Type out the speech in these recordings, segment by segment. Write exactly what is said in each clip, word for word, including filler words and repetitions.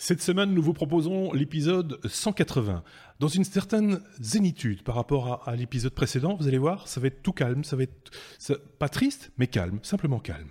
Cette semaine, nous vous proposons l'épisode cent quatre-vingts. Dans une certaine zénitude par rapport à, à l'épisode précédent, vous allez voir, ça va être tout calme, ça va être ça, pas triste, mais calme, simplement calme.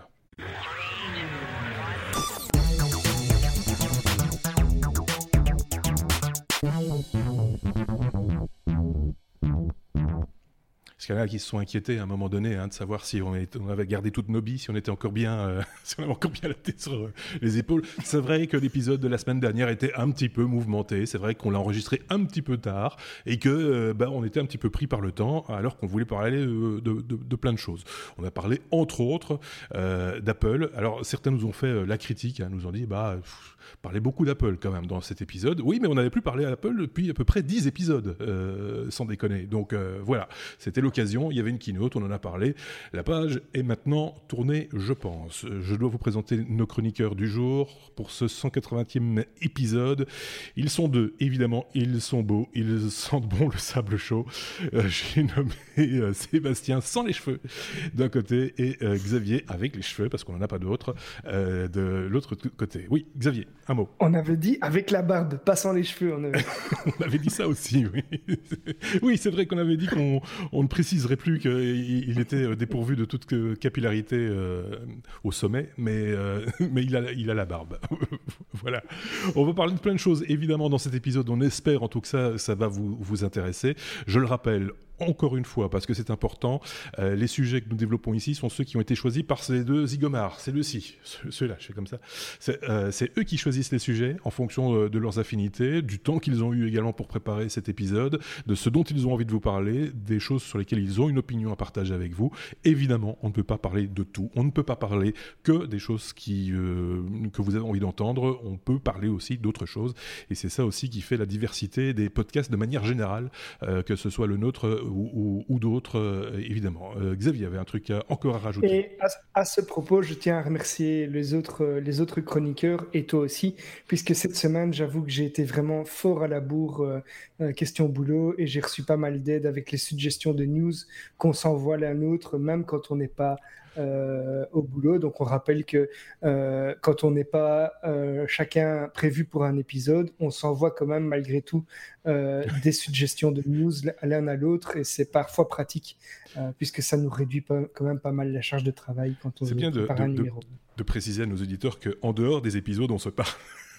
Parce qu'il y en a qui se sont inquiétés à un moment donné hein, de savoir si on, est, on avait gardé toutes nos billes, si on était encore bien, euh, si on avait encore bien la tête sur euh, les épaules. C'est vrai que l'épisode de la semaine dernière était un petit peu mouvementé. C'est vrai qu'on l'a enregistré un petit peu tard et que euh, bah, on était un petit peu pris par le temps alors qu'on voulait parler de, de, de, de plein de choses. On a parlé entre autres euh, d'Apple. Alors certains nous ont fait euh, la critique, hein, nous ont dit bah pff, parlait beaucoup d'Apple quand même dans cet épisode. Oui, mais on n'avait plus parlé d'Apple depuis à peu près dix épisodes, euh, sans déconner. Donc euh, voilà, c'était l'occasion. Il y avait une keynote, on en a parlé. La page est maintenant tournée, je pense. Je dois vous présenter nos chroniqueurs du jour pour ce cent quatre-vingtième épisode. Ils sont deux, évidemment. Ils sont beaux, ils sentent bon le sable chaud. Euh, j'ai nommé euh, Sébastien sans les cheveux d'un côté et euh, Xavier avec les cheveux, parce qu'on n'en a pas d'autres, euh, de l'autre côté. Oui, Xavier. Un mot. On avait dit avec la barbe, pas sans les cheveux. On avait, on avait dit ça aussi, oui. Oui, c'est vrai qu'on avait dit qu'on on ne préciserait plus qu'il il était dépourvu de toute capillarité euh, au sommet, mais, euh, mais il, a, il a la barbe. Voilà. On va parler de plein de choses, évidemment, dans cet épisode. On espère en tout cas que ça, ça va vous, vous intéresser. Je le rappelle, encore une fois, parce que c'est important, euh, les sujets que nous développons ici sont ceux qui ont été choisis par ces deux zigomards, c'est le ci, ceux-là, je fais comme ça. C'est, euh, c'est eux qui choisissent les sujets en fonction euh, de leurs affinités, du temps qu'ils ont eu également pour préparer cet épisode, de ce dont ils ont envie de vous parler, des choses sur lesquelles ils ont une opinion à partager avec vous. Évidemment, on ne peut pas parler de tout, on ne peut pas parler que des choses qui, euh, que vous avez envie d'entendre, on peut parler aussi d'autres choses, et c'est ça aussi qui fait la diversité des podcasts de manière générale, euh, que ce soit le nôtre ou, ou, ou d'autres, euh, évidemment. Euh, Xavier avait un truc à, encore à rajouter. Et à, à ce propos, je tiens à remercier les autres, les autres chroniqueurs, et toi aussi, puisque cette semaine, j'avoue que j'ai été vraiment fort à la bourre, euh, question boulot, et j'ai reçu pas mal d'aide avec les suggestions de news qu'on s'envoie l'un l'autre, même quand on n'est pas Euh, au boulot. Donc on rappelle que euh, quand on n'est pas euh, chacun prévu pour un épisode, on s'envoie quand même malgré tout euh, des suggestions de news l'un à l'autre, et c'est parfois pratique euh, puisque ça nous réduit pas, quand même pas mal la charge de travail quand on c'est veut bien de, préparer de, un numéro. De, de préciser à nos auditeurs qu'en dehors des épisodes, on se parle.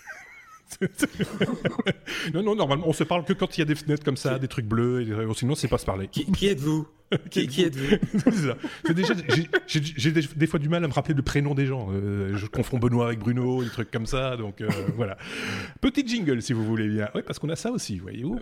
non, non, normalement, on se parle que quand il y a des fenêtres comme ça, des trucs bleus, et sinon, c'est pas se parler. Qui, qui êtes-vous Qui, qui êtes-vous C'est ça. C'est déjà, j'ai, j'ai, j'ai des, des fois du mal à me rappeler le prénom des gens. Euh, je confonds Benoît avec Bruno, des trucs comme ça, donc euh, voilà. Petit jingle, si vous voulez bien. Oui, parce qu'on a ça aussi, voyez-vous.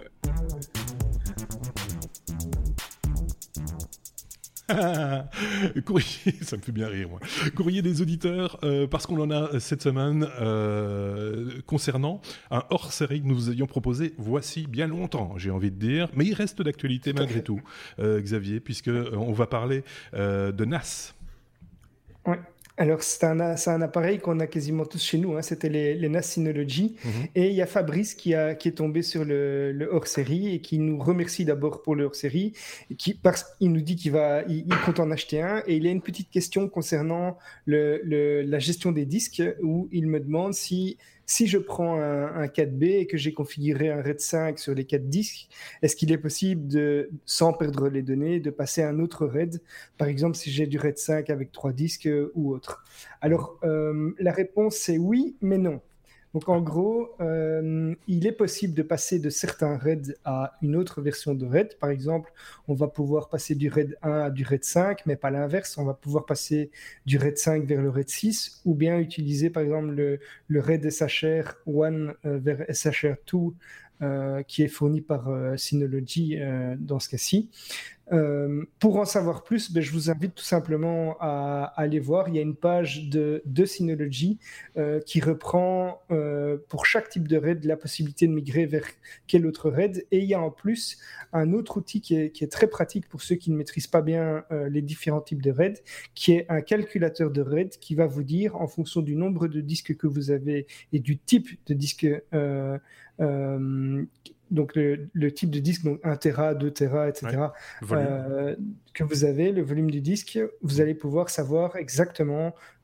Courrier, ça me fait bien rire moi. Courrier des auditeurs, euh, parce qu'on en a cette semaine euh, concernant un hors-série que nous vous avions proposé voici bien longtemps, j'ai envie de dire, mais il reste d'actualité malgré tout, euh, Xavier, puisque euh, on va parler euh, de N A S. Ouais. Alors, c'est un, c'est un appareil qu'on a quasiment tous chez nous, hein. C'était les, les N A S Synology. Mm-hmm. Et il y a Fabrice qui, a, qui est tombé sur le, le hors-série et qui nous remercie d'abord pour le hors-série. Et qui, parce, il nous dit qu'il va, il, il compte en acheter un. Et il a une petite question concernant le, le, la gestion des disques, où il me demande si... Si je prends un, un quatre B et que j'ai configuré un RAID cinq sur les quatre disques, est-ce qu'il est possible, de, sans perdre les données, de passer à un autre RAID, par exemple si j'ai du RAID cinq avec trois disques euh, ou autre? Alors, euh, la réponse c'est oui, mais non. Donc en gros, euh, il est possible de passer de certains RAID à une autre version de RAID. Par exemple, on va pouvoir passer du RAID un à du RAID cinq, mais pas l'inverse. On va pouvoir passer du RAID cinq vers le RAID six, ou bien utiliser par exemple le, le RAID S H R un euh, vers S H R deux, euh, qui est fourni par euh, Synology euh, dans ce cas-ci. Euh, pour en savoir plus, ben, je vous invite tout simplement à, à aller voir. Il y a une page de, de Synology euh, qui reprend euh, pour chaque type de RAID la possibilité de migrer vers quel autre RAID. Et il y a en plus un autre outil qui est, qui est très pratique pour ceux qui ne maîtrisent pas bien euh, les différents types de RAID, qui est un calculateur de RAID qui va vous dire, en fonction du nombre de disques que vous avez et du type de disque euh, euh, donc le, le type de disque, donc un téra, deux téra, et cetera, ouais, euh, que vous avez, le volume du disque, vous allez pouvoir savoir exactement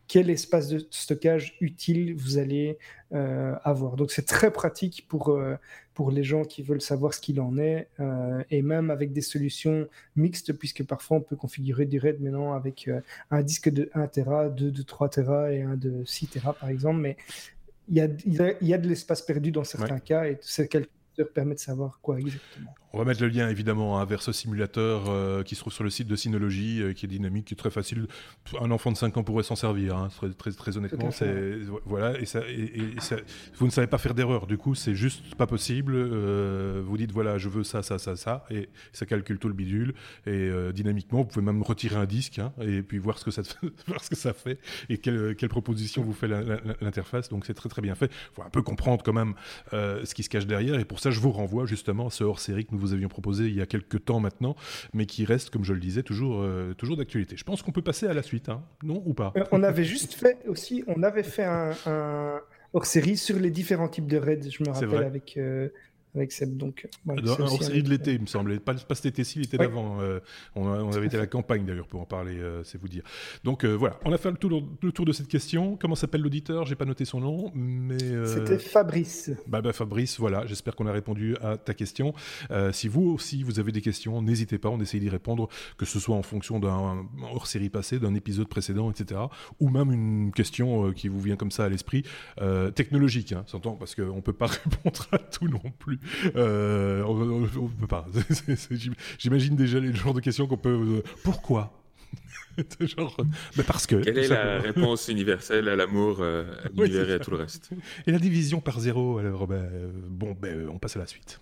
quel espace de stockage utile vous allez euh, avoir. Donc c'est très pratique pour, euh, pour les gens qui veulent savoir ce qu'il en est, euh, et même avec des solutions mixtes, puisque parfois on peut configurer du RAID maintenant avec euh, un disque de un téra, deux de trois téra et un de six téra par exemple, mais il y a, il y a, il y a de l'espace perdu dans certains ouais. cas, et ces calculateurs permettent de savoir quoi exactement. On va mettre le lien évidemment hein, vers ce simulateur euh, qui se trouve sur le site de Synology, euh, qui est dynamique, qui est très facile. Un enfant de cinq ans pourrait s'en servir, hein, très, très, très honnêtement. C'est, voilà, et ça, et, et ça, vous ne savez pas faire d'erreur, du coup, c'est juste pas possible. Euh, vous dites voilà, je veux ça, ça, ça, ça, et ça calcule tout le bidule. Et euh, dynamiquement, vous pouvez même retirer un disque hein, et puis voir ce que ça, voir ce que ça fait et quelle, quelle proposition vous fait la, la, l'interface. Donc c'est très très bien fait. Il faut un peu comprendre quand même euh, ce qui se cache derrière. Et pour ça, je vous renvoie justement à ce hors-série que nous vous avions proposé il y a quelques temps maintenant, mais qui reste, comme je le disais, toujours, euh, toujours d'actualité. Je pense qu'on peut passer à la suite, hein, non ou pas ? euh, On avait juste fait aussi, on avait fait un, un hors-série sur les différents types de raids, je me rappelle, avec, euh, avec Seb. Donc, voilà, un hors-série de l'été, il me semblait. Pas, pas cet été-ci, l'été oui. d'avant. Euh, on, a, on avait été à la campagne d'ailleurs pour en parler, euh, c'est vous dire. Donc euh, voilà, on a fait le tour, le tour de cette question. Comment s'appelle l'auditeur ? J'ai pas noté son nom, mais... Euh... C'était Fabrice. Bah, bah Fabrice, voilà, j'espère qu'on a répondu à ta question. Euh, si vous aussi, vous avez des questions, n'hésitez pas, on essaie d'y répondre, que ce soit en fonction d'un hors-série passé, d'un épisode précédent, et cetera. Ou même une question euh, qui vous vient comme ça à l'esprit, euh, technologique, hein, s'entend, parce qu'on peut pas répondre à tout non plus. Euh, on, on, on peut pas. c'est, c'est, j'imagine déjà le genre de questions qu'on peut... Euh, pourquoi ? Genre, mais parce que... Quelle est la réponse universelle à l'amour, euh, à l'univers oui, et à tout le reste ? Et la division par zéro, alors ben, euh, bon, ben, on passe à la suite.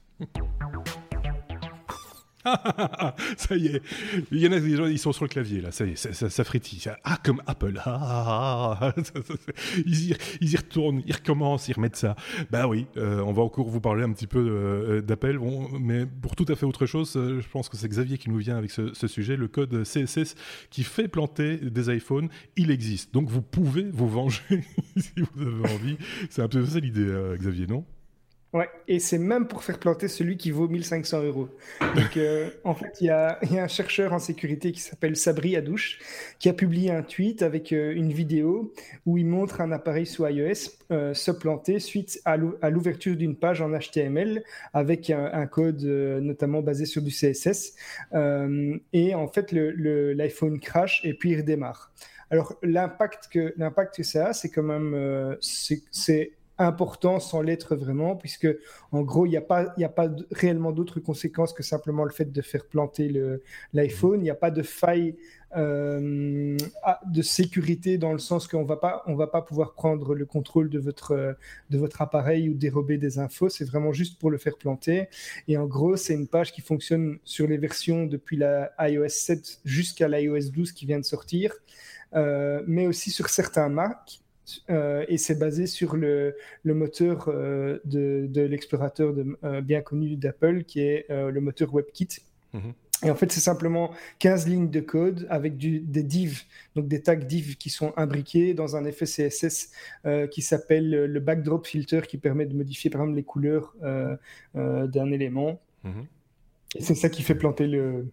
Ça y est, il y en a des gens, ils sont sur le clavier là, ça y est, ça, ça, ça frétille. Ah, comme Apple, ah, ils, y, ils y retournent, ils recommencent, ils remettent ça. Bah oui, euh, on va encore vous parler un petit peu euh, d'Apple, bon, mais pour tout à fait autre chose, euh, je pense que c'est Xavier qui nous vient avec ce, ce sujet, le code C S S qui fait planter des iPhones, il existe, donc vous pouvez vous venger si vous avez envie. C'est un peu ça l'idée, euh, Xavier, non ? Ouais, et c'est même pour faire planter celui qui vaut mille cinq cents euros. Donc, euh, en fait, il y a, y a un chercheur en sécurité qui s'appelle Sabri Adouche qui a publié un tweet avec euh, une vidéo où il montre un appareil sous iOS euh, se planter suite à, l'ou- à l'ouverture d'une page en H T M L avec un, un code euh, notamment basé sur du C S S. Euh, et en fait, le, le, l'iPhone crash et puis il redémarre. Alors, l'impact que, l'impact que ça a, c'est quand même... Euh, c'est, c'est important sans l'être vraiment, puisque en gros, il n'y a pas, il n'y a pas de, réellement d'autres conséquences que simplement le fait de faire planter le, l'iPhone. Il n'y a pas de faille euh, de sécurité dans le sens qu'on va pas, on va pas pouvoir prendre le contrôle de votre, de votre appareil ou dérober des infos. C'est vraiment juste pour le faire planter. Et en gros, c'est une page qui fonctionne sur les versions depuis la iOS sept jusqu'à l'iOS douze qui vient de sortir, euh, mais aussi sur certains Mac. Euh, et c'est basé sur le, le moteur euh, de, de l'explorateur de, euh, bien connu d'Apple, qui est euh, le moteur WebKit. Mm-hmm. Et en fait, c'est simplement quinze lignes de code avec du, des divs, donc des tags divs qui sont imbriqués dans un effet C S S euh, qui s'appelle le backdrop filter, qui permet de modifier par exemple les couleurs euh, euh, d'un élément. Mm-hmm. Et c'est ça qui fait planter le...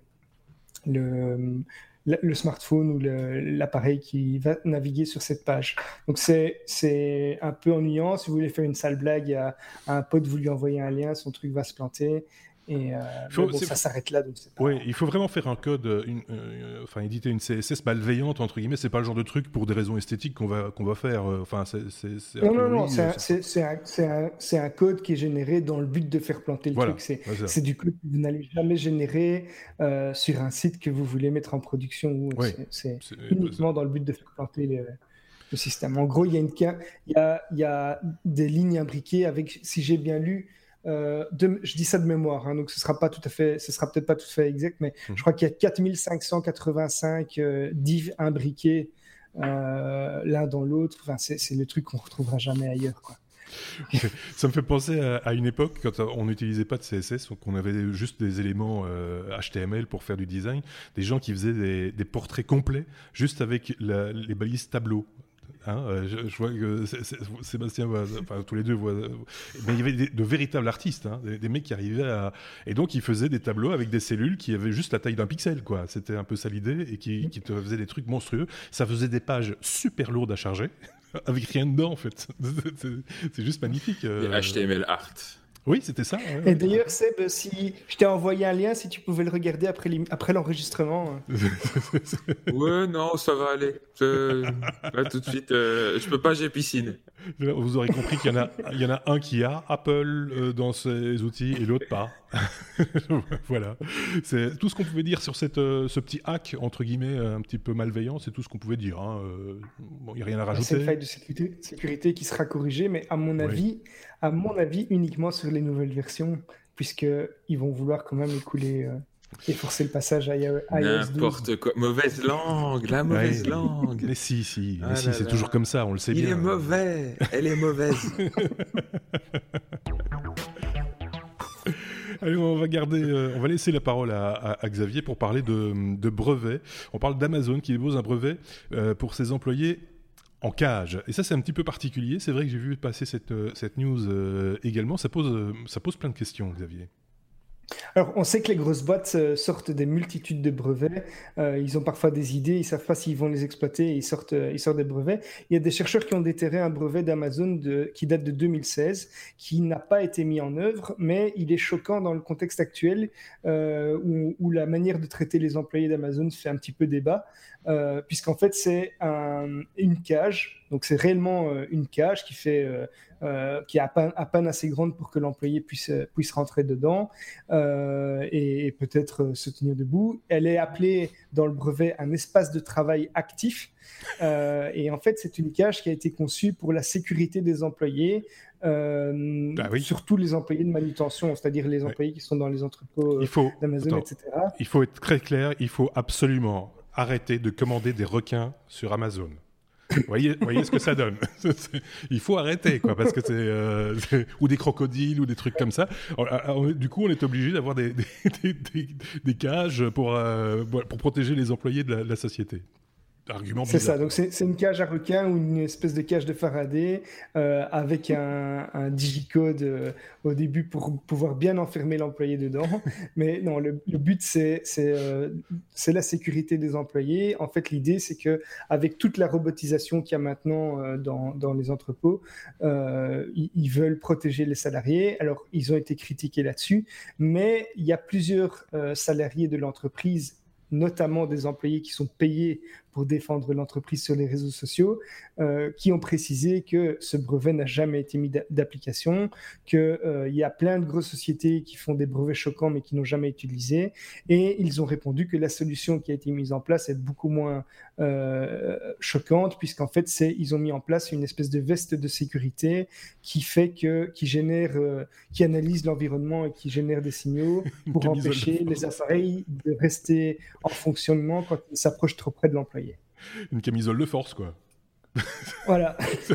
le le smartphone ou le, l'appareil qui va naviguer sur cette page. Donc c'est, c'est un peu ennuyant. Si vous voulez faire une sale blague à, à un pote, vous lui envoyez un lien, son truc va se planter. Et euh, faut, bon, ça s'arrête là. Donc c'est pas... Oui, il faut vraiment faire un code, une, euh, enfin éditer une C S S malveillante, entre guillemets. C'est pas le genre de truc pour des raisons esthétiques qu'on va, qu'on va faire. Enfin, c'est, c'est, c'est non, non, non, c'est un, c'est, c'est, un, c'est, un, c'est un code qui est généré dans le but de faire planter le voilà, truc. C'est, c'est, c'est du code que vous n'allez jamais générer euh, sur un site que vous voulez mettre en production. Ou oui, c'est, c'est, c'est uniquement c'est... dans le but de faire planter le, le système. En gros, il y a une, il y a, il y a des lignes imbriquées avec, si j'ai bien lu. Euh, de, je dis ça de mémoire, hein, donc ce sera pas tout à fait, ce sera peut-être pas tout à fait exact, mais mmh. je crois qu'il y a quatre mille cinq cent quatre-vingt-cinq euh, divs imbriqués euh, l'un dans l'autre. Enfin, c'est, c'est le truc qu'on retrouvera jamais ailleurs, quoi. Ça me fait penser à, à une époque quand on n'utilisait pas de C S S, qu'on avait juste des éléments euh, H T M L pour faire du design, des gens qui faisaient des, des portraits complets juste avec la, les balises tableau. Hein, euh, je, je vois que c'est, c'est, Sébastien voit, enfin tous les deux voient, mais il y avait des, de véritables artistes, hein, des, des mecs qui arrivaient à, et donc ils faisaient des tableaux avec des cellules qui avaient juste la taille d'un pixel, quoi. C'était un peu ça l'idée, et qui, qui te faisaient des trucs monstrueux. Ça faisait des pages super lourdes à charger, avec rien dedans en fait. C'est, c'est juste magnifique. Euh... H T M L art. Oui, c'était ça. Ouais, et ouais. d'ailleurs, Seb, si je t'ai envoyé un lien, si tu pouvais le regarder après, après l'enregistrement. Ouais, non, ça va aller. Je... Là, tout de suite, euh, je peux pas, j'ai piscine. Vous aurez compris qu'il y en a, il y en a un qui a Apple euh, dans ses outils et l'autre pas. Voilà. C'est tout ce qu'on pouvait dire sur cette, euh, ce petit hack, entre guillemets, un petit peu malveillant. C'est tout ce qu'on pouvait dire. Hein. Euh, bon, il n'y a rien à rajouter. C'est une faille de sécurité, sécurité qui sera corrigée, mais à mon avis, oui. à mon avis, uniquement sur les nouvelles versions, puisqu'ils vont vouloir quand même écouler euh, et forcer le passage à iOS douze. N'importe quoi. Mauvaise langue, la mauvaise ouais, langue. Mais si, si, ah mais si c'est là. toujours comme ça, on le sait Il bien. Il est mauvais, elle est mauvaise. Allez, on va garder, euh, on va laisser la parole à, à, à Xavier pour parler de, de brevets. On parle d'Amazon qui dépose un brevet euh, pour ses employés en cage. Et ça, c'est un petit peu particulier. C'est vrai que j'ai vu passer cette, cette news euh, également. Ça pose, ça pose plein de questions, Xavier. Alors, on sait que les grosses boîtes euh, sortent des multitudes de brevets. Euh, ils ont parfois des idées, ils ne savent pas s'ils vont les exploiter, et ils sortent, euh, ils sortent des brevets. Il y a des chercheurs qui ont déterré un brevet d'Amazon de, qui date de deux mille seize, qui n'a pas été mis en œuvre, mais il est choquant dans le contexte actuel euh, où, où la manière de traiter les employés d'Amazon fait un petit peu débat, euh, puisqu'en fait, c'est un, une cage. Donc, c'est réellement euh, une cage qui fait... Euh, Euh, qui est à peine, à peine assez grande pour que l'employé puisse, puisse rentrer dedans euh, et, et peut-être euh, se tenir debout. Elle est appelée dans le brevet un espace de travail actif. Euh, et en fait, c'est une cage qui a été conçue pour la sécurité des employés, euh, bah oui. surtout les employés de manutention, c'est-à-dire les employés ouais. qui sont dans les entrepôts faut, d'Amazon, attends, et cetera. Il faut être très clair, il faut absolument arrêter de commander des requins sur Amazon. Vous voyez, voyez ce que ça donne. Il faut arrêter, quoi, parce que c'est, euh, c'est ou des crocodiles ou des trucs comme ça. Alors, alors, du coup, on est obligé d'avoir des, des, des, des cages pour, euh, pour protéger les employés de la, de la société. Argument c'est bizarre. ça, donc c'est, c'est une cage à requins ou une espèce de cage de Faraday euh, avec un, un digicode euh, au début pour pouvoir bien enfermer l'employé dedans. Mais non, le, le but, c'est, c'est, euh, c'est la sécurité des employés. En fait, l'idée, c'est qu'avec toute la robotisation qu'il y a maintenant euh, dans, dans les entrepôts, euh, ils, ils veulent protéger les salariés. Alors, ils ont été critiqués là-dessus, mais il y a plusieurs euh, salariés de l'entreprise, notamment des employés qui sont payés pour défendre l'entreprise sur les réseaux sociaux, euh, qui ont précisé que ce brevet n'a jamais été mis d'application, qu'il euh, y a plein de grosses sociétés qui font des brevets choquants mais qui n'ont jamais été utilisés, et ils ont répondu que la solution qui a été mise en place est beaucoup moins euh, choquante, puisqu'en fait, c'est, ils ont mis en place une espèce de veste de sécurité qui fait que, qui génère, euh, qui analyse l'environnement et qui génère des signaux pour empêcher les appareils de rester en fonctionnement quand ils s'approchent trop près de l'employé. Une camisole de force, quoi. Voilà.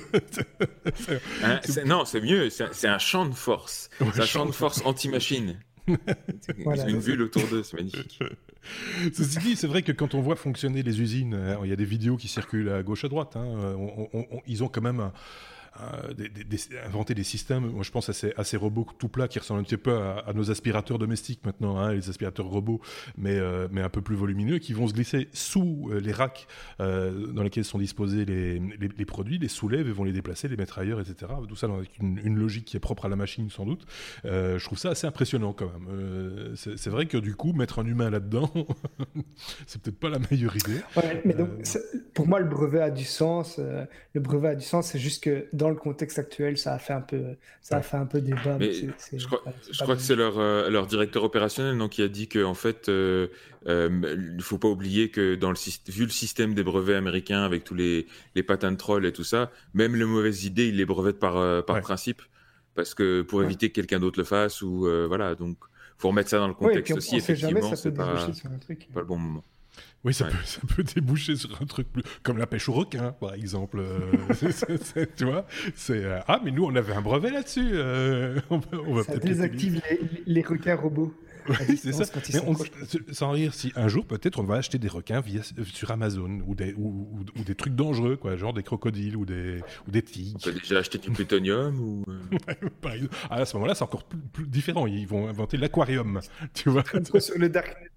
Hein, c'est, non, c'est mieux. C'est, c'est un champ de force. Ouais, c'est un champ de force anti-machine. Voilà. Une bulle autour d'eux, c'est magnifique. Ceci dit, c'est vrai que quand on voit fonctionner les usines, hein, il y a des vidéos qui circulent à gauche à droite. Hein, on, on, on, ils ont quand même un, un, des, des, des, inventé des systèmes. Moi, je pense à ces, à ces robots tout plats qui ressemblent un petit peu à, à nos aspirateurs domestiques maintenant, hein, les aspirateurs robots, mais, euh, mais un peu plus volumineux, qui vont se glisser sous euh, les racks euh, dans lesquels sont disposés les, les, les produits, les soulèvent et vont les déplacer, les mettre ailleurs, et cetera. Tout ça avec une, une logique qui est propre à la machine, sans doute. Euh, je trouve ça assez impressionnant quand même. Euh, c'est, c'est vrai que du coup, mettre un humain là-dedans, c'est peut-être pas la meilleure idée. Ouais, mais donc, euh... pour moi, le brevet a du sens. Euh, le brevet a du sens, c'est juste que dans le contexte actuel, ça a fait un peu, ça a fait un peu débat. Mais c'est, c'est, je crois, c'est, c'est je crois que c'est leur, euh, leur directeur opérationnel donc, qui a dit qu'en fait, euh, euh, il ne faut pas oublier que dans le, vu le système des brevets américains avec tous les, les patent trolls et tout ça, même les mauvaises idées, ils les brevettent par, euh, par ouais. principe, parce que pour ouais. éviter que quelqu'un d'autre le fasse, ou euh, voilà, donc il faut remettre ça dans le contexte ouais, aussi, effectivement, jamais, ça c'est peut pas, sur un truc. pas le bon moment. Oui, ça, ouais. peut, ça peut déboucher sur un truc plus... comme la pêche au requin, par exemple. Euh, c'est, c'est, c'est, tu vois, c'est euh, ah, mais nous, on avait un brevet là-dessus. Euh, on va, on va ça peut-être désactive les, les requins robots. Oui, c'est ça. Mais on, sans rire, si un jour peut-être on va acheter des requins via, sur Amazon ou des, ou, ou, ou des trucs dangereux, quoi, genre des crocodiles ou des, ou des tigres. On peut déjà acheter du plutonium ou... Par exemple. Ah, à ce moment-là, c'est encore plus, plus différent. Ils vont inventer l'aquarium, tu vois. Sur le darknet.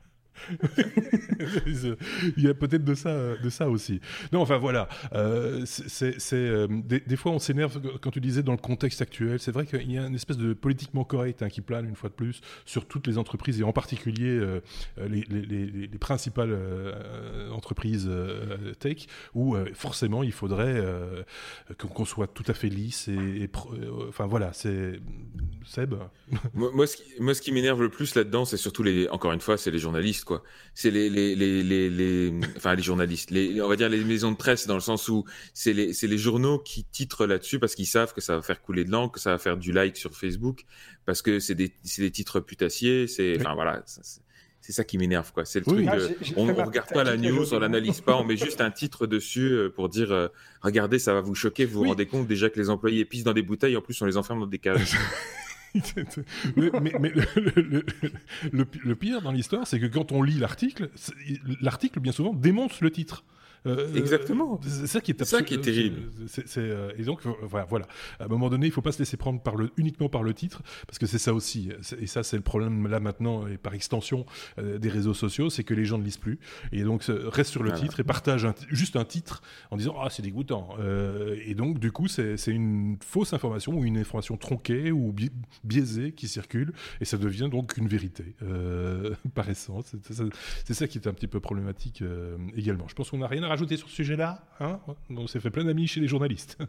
Il y a peut-être de ça, de ça aussi. Non, enfin voilà. Euh, c'est, c'est, euh, des, des fois, on s'énerve quand tu disais dans le contexte actuel. C'est vrai qu'il y a une espèce de politiquement correct hein, qui plane une fois de plus sur toutes les entreprises et en particulier euh, les, les, les, les principales euh, entreprises euh, tech où euh, forcément il faudrait euh, qu'on soit tout à fait lisse et, et pro, euh, enfin voilà. C'est Seb. moi, moi, ce qui, moi, ce qui m'énerve le plus là-dedans, c'est surtout les. Encore une fois, c'est les journalistes. Quoi. C'est les, les, les, les, les, enfin les journalistes, les, on va dire les maisons de presse dans le sens où c'est les, c'est les journaux qui titrent là-dessus parce qu'ils savent que ça va faire couler de l'encre, que ça va faire du like sur Facebook, parce que c'est des, c'est des titres putassiers, c'est, enfin oui. voilà, c'est, c'est ça qui m'énerve quoi. C'est le oui. truc, ah, de, j'ai, j'ai on, on regarde pas la news, on l'analyse pas, on met juste un titre dessus pour dire, euh, regardez, ça va vous choquer, vous vous oui. rendez compte déjà que les employés pissent dans des bouteilles, en plus on les enferme dans des cages. mais, mais, mais le, le, le, le pire dans l'histoire, c'est que quand on lit l'article, l'article bien souvent dénonce le titre. Euh, Exactement. C'est ça qui est, absolu- ça qui est terrible. C'est, c'est, euh, et donc voilà, voilà. À un moment donné, il ne faut pas se laisser prendre par le, uniquement par le titre, parce que c'est ça aussi. C'est, et ça, c'est le problème là maintenant, et par extension euh, des réseaux sociaux, c'est que les gens ne lisent plus. Et donc reste sur le voilà. titre et partage un, juste un titre en disant ah c'est dégoûtant. Euh, et donc du coup, c'est, c'est une fausse information ou une information tronquée ou bi- biaisée qui circule, et ça devient donc une vérité euh, par essence. C'est, c'est, c'est ça qui est un petit peu problématique euh, également. Je pense qu'on n'a rien à rajouter sur ce sujet-là, hein. On s'est fait plein d'amis chez les journalistes.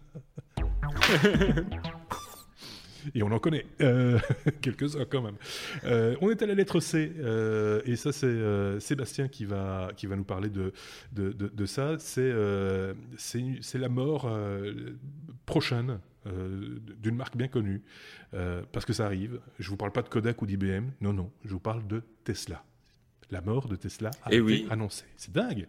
Et on en connaît euh, quelques-uns quand même. Euh, on est à la lettre C, euh, et ça c'est euh, Sébastien qui va, qui va nous parler de, de, de, de ça. C'est, euh, c'est, c'est la mort euh, prochaine euh, d'une marque bien connue, euh, parce que ça arrive. Je ne vous parle pas de Kodak ou d'I B M, non, non, je vous parle de Tesla. La mort de Tesla a et été oui. annoncée. C'est dingue.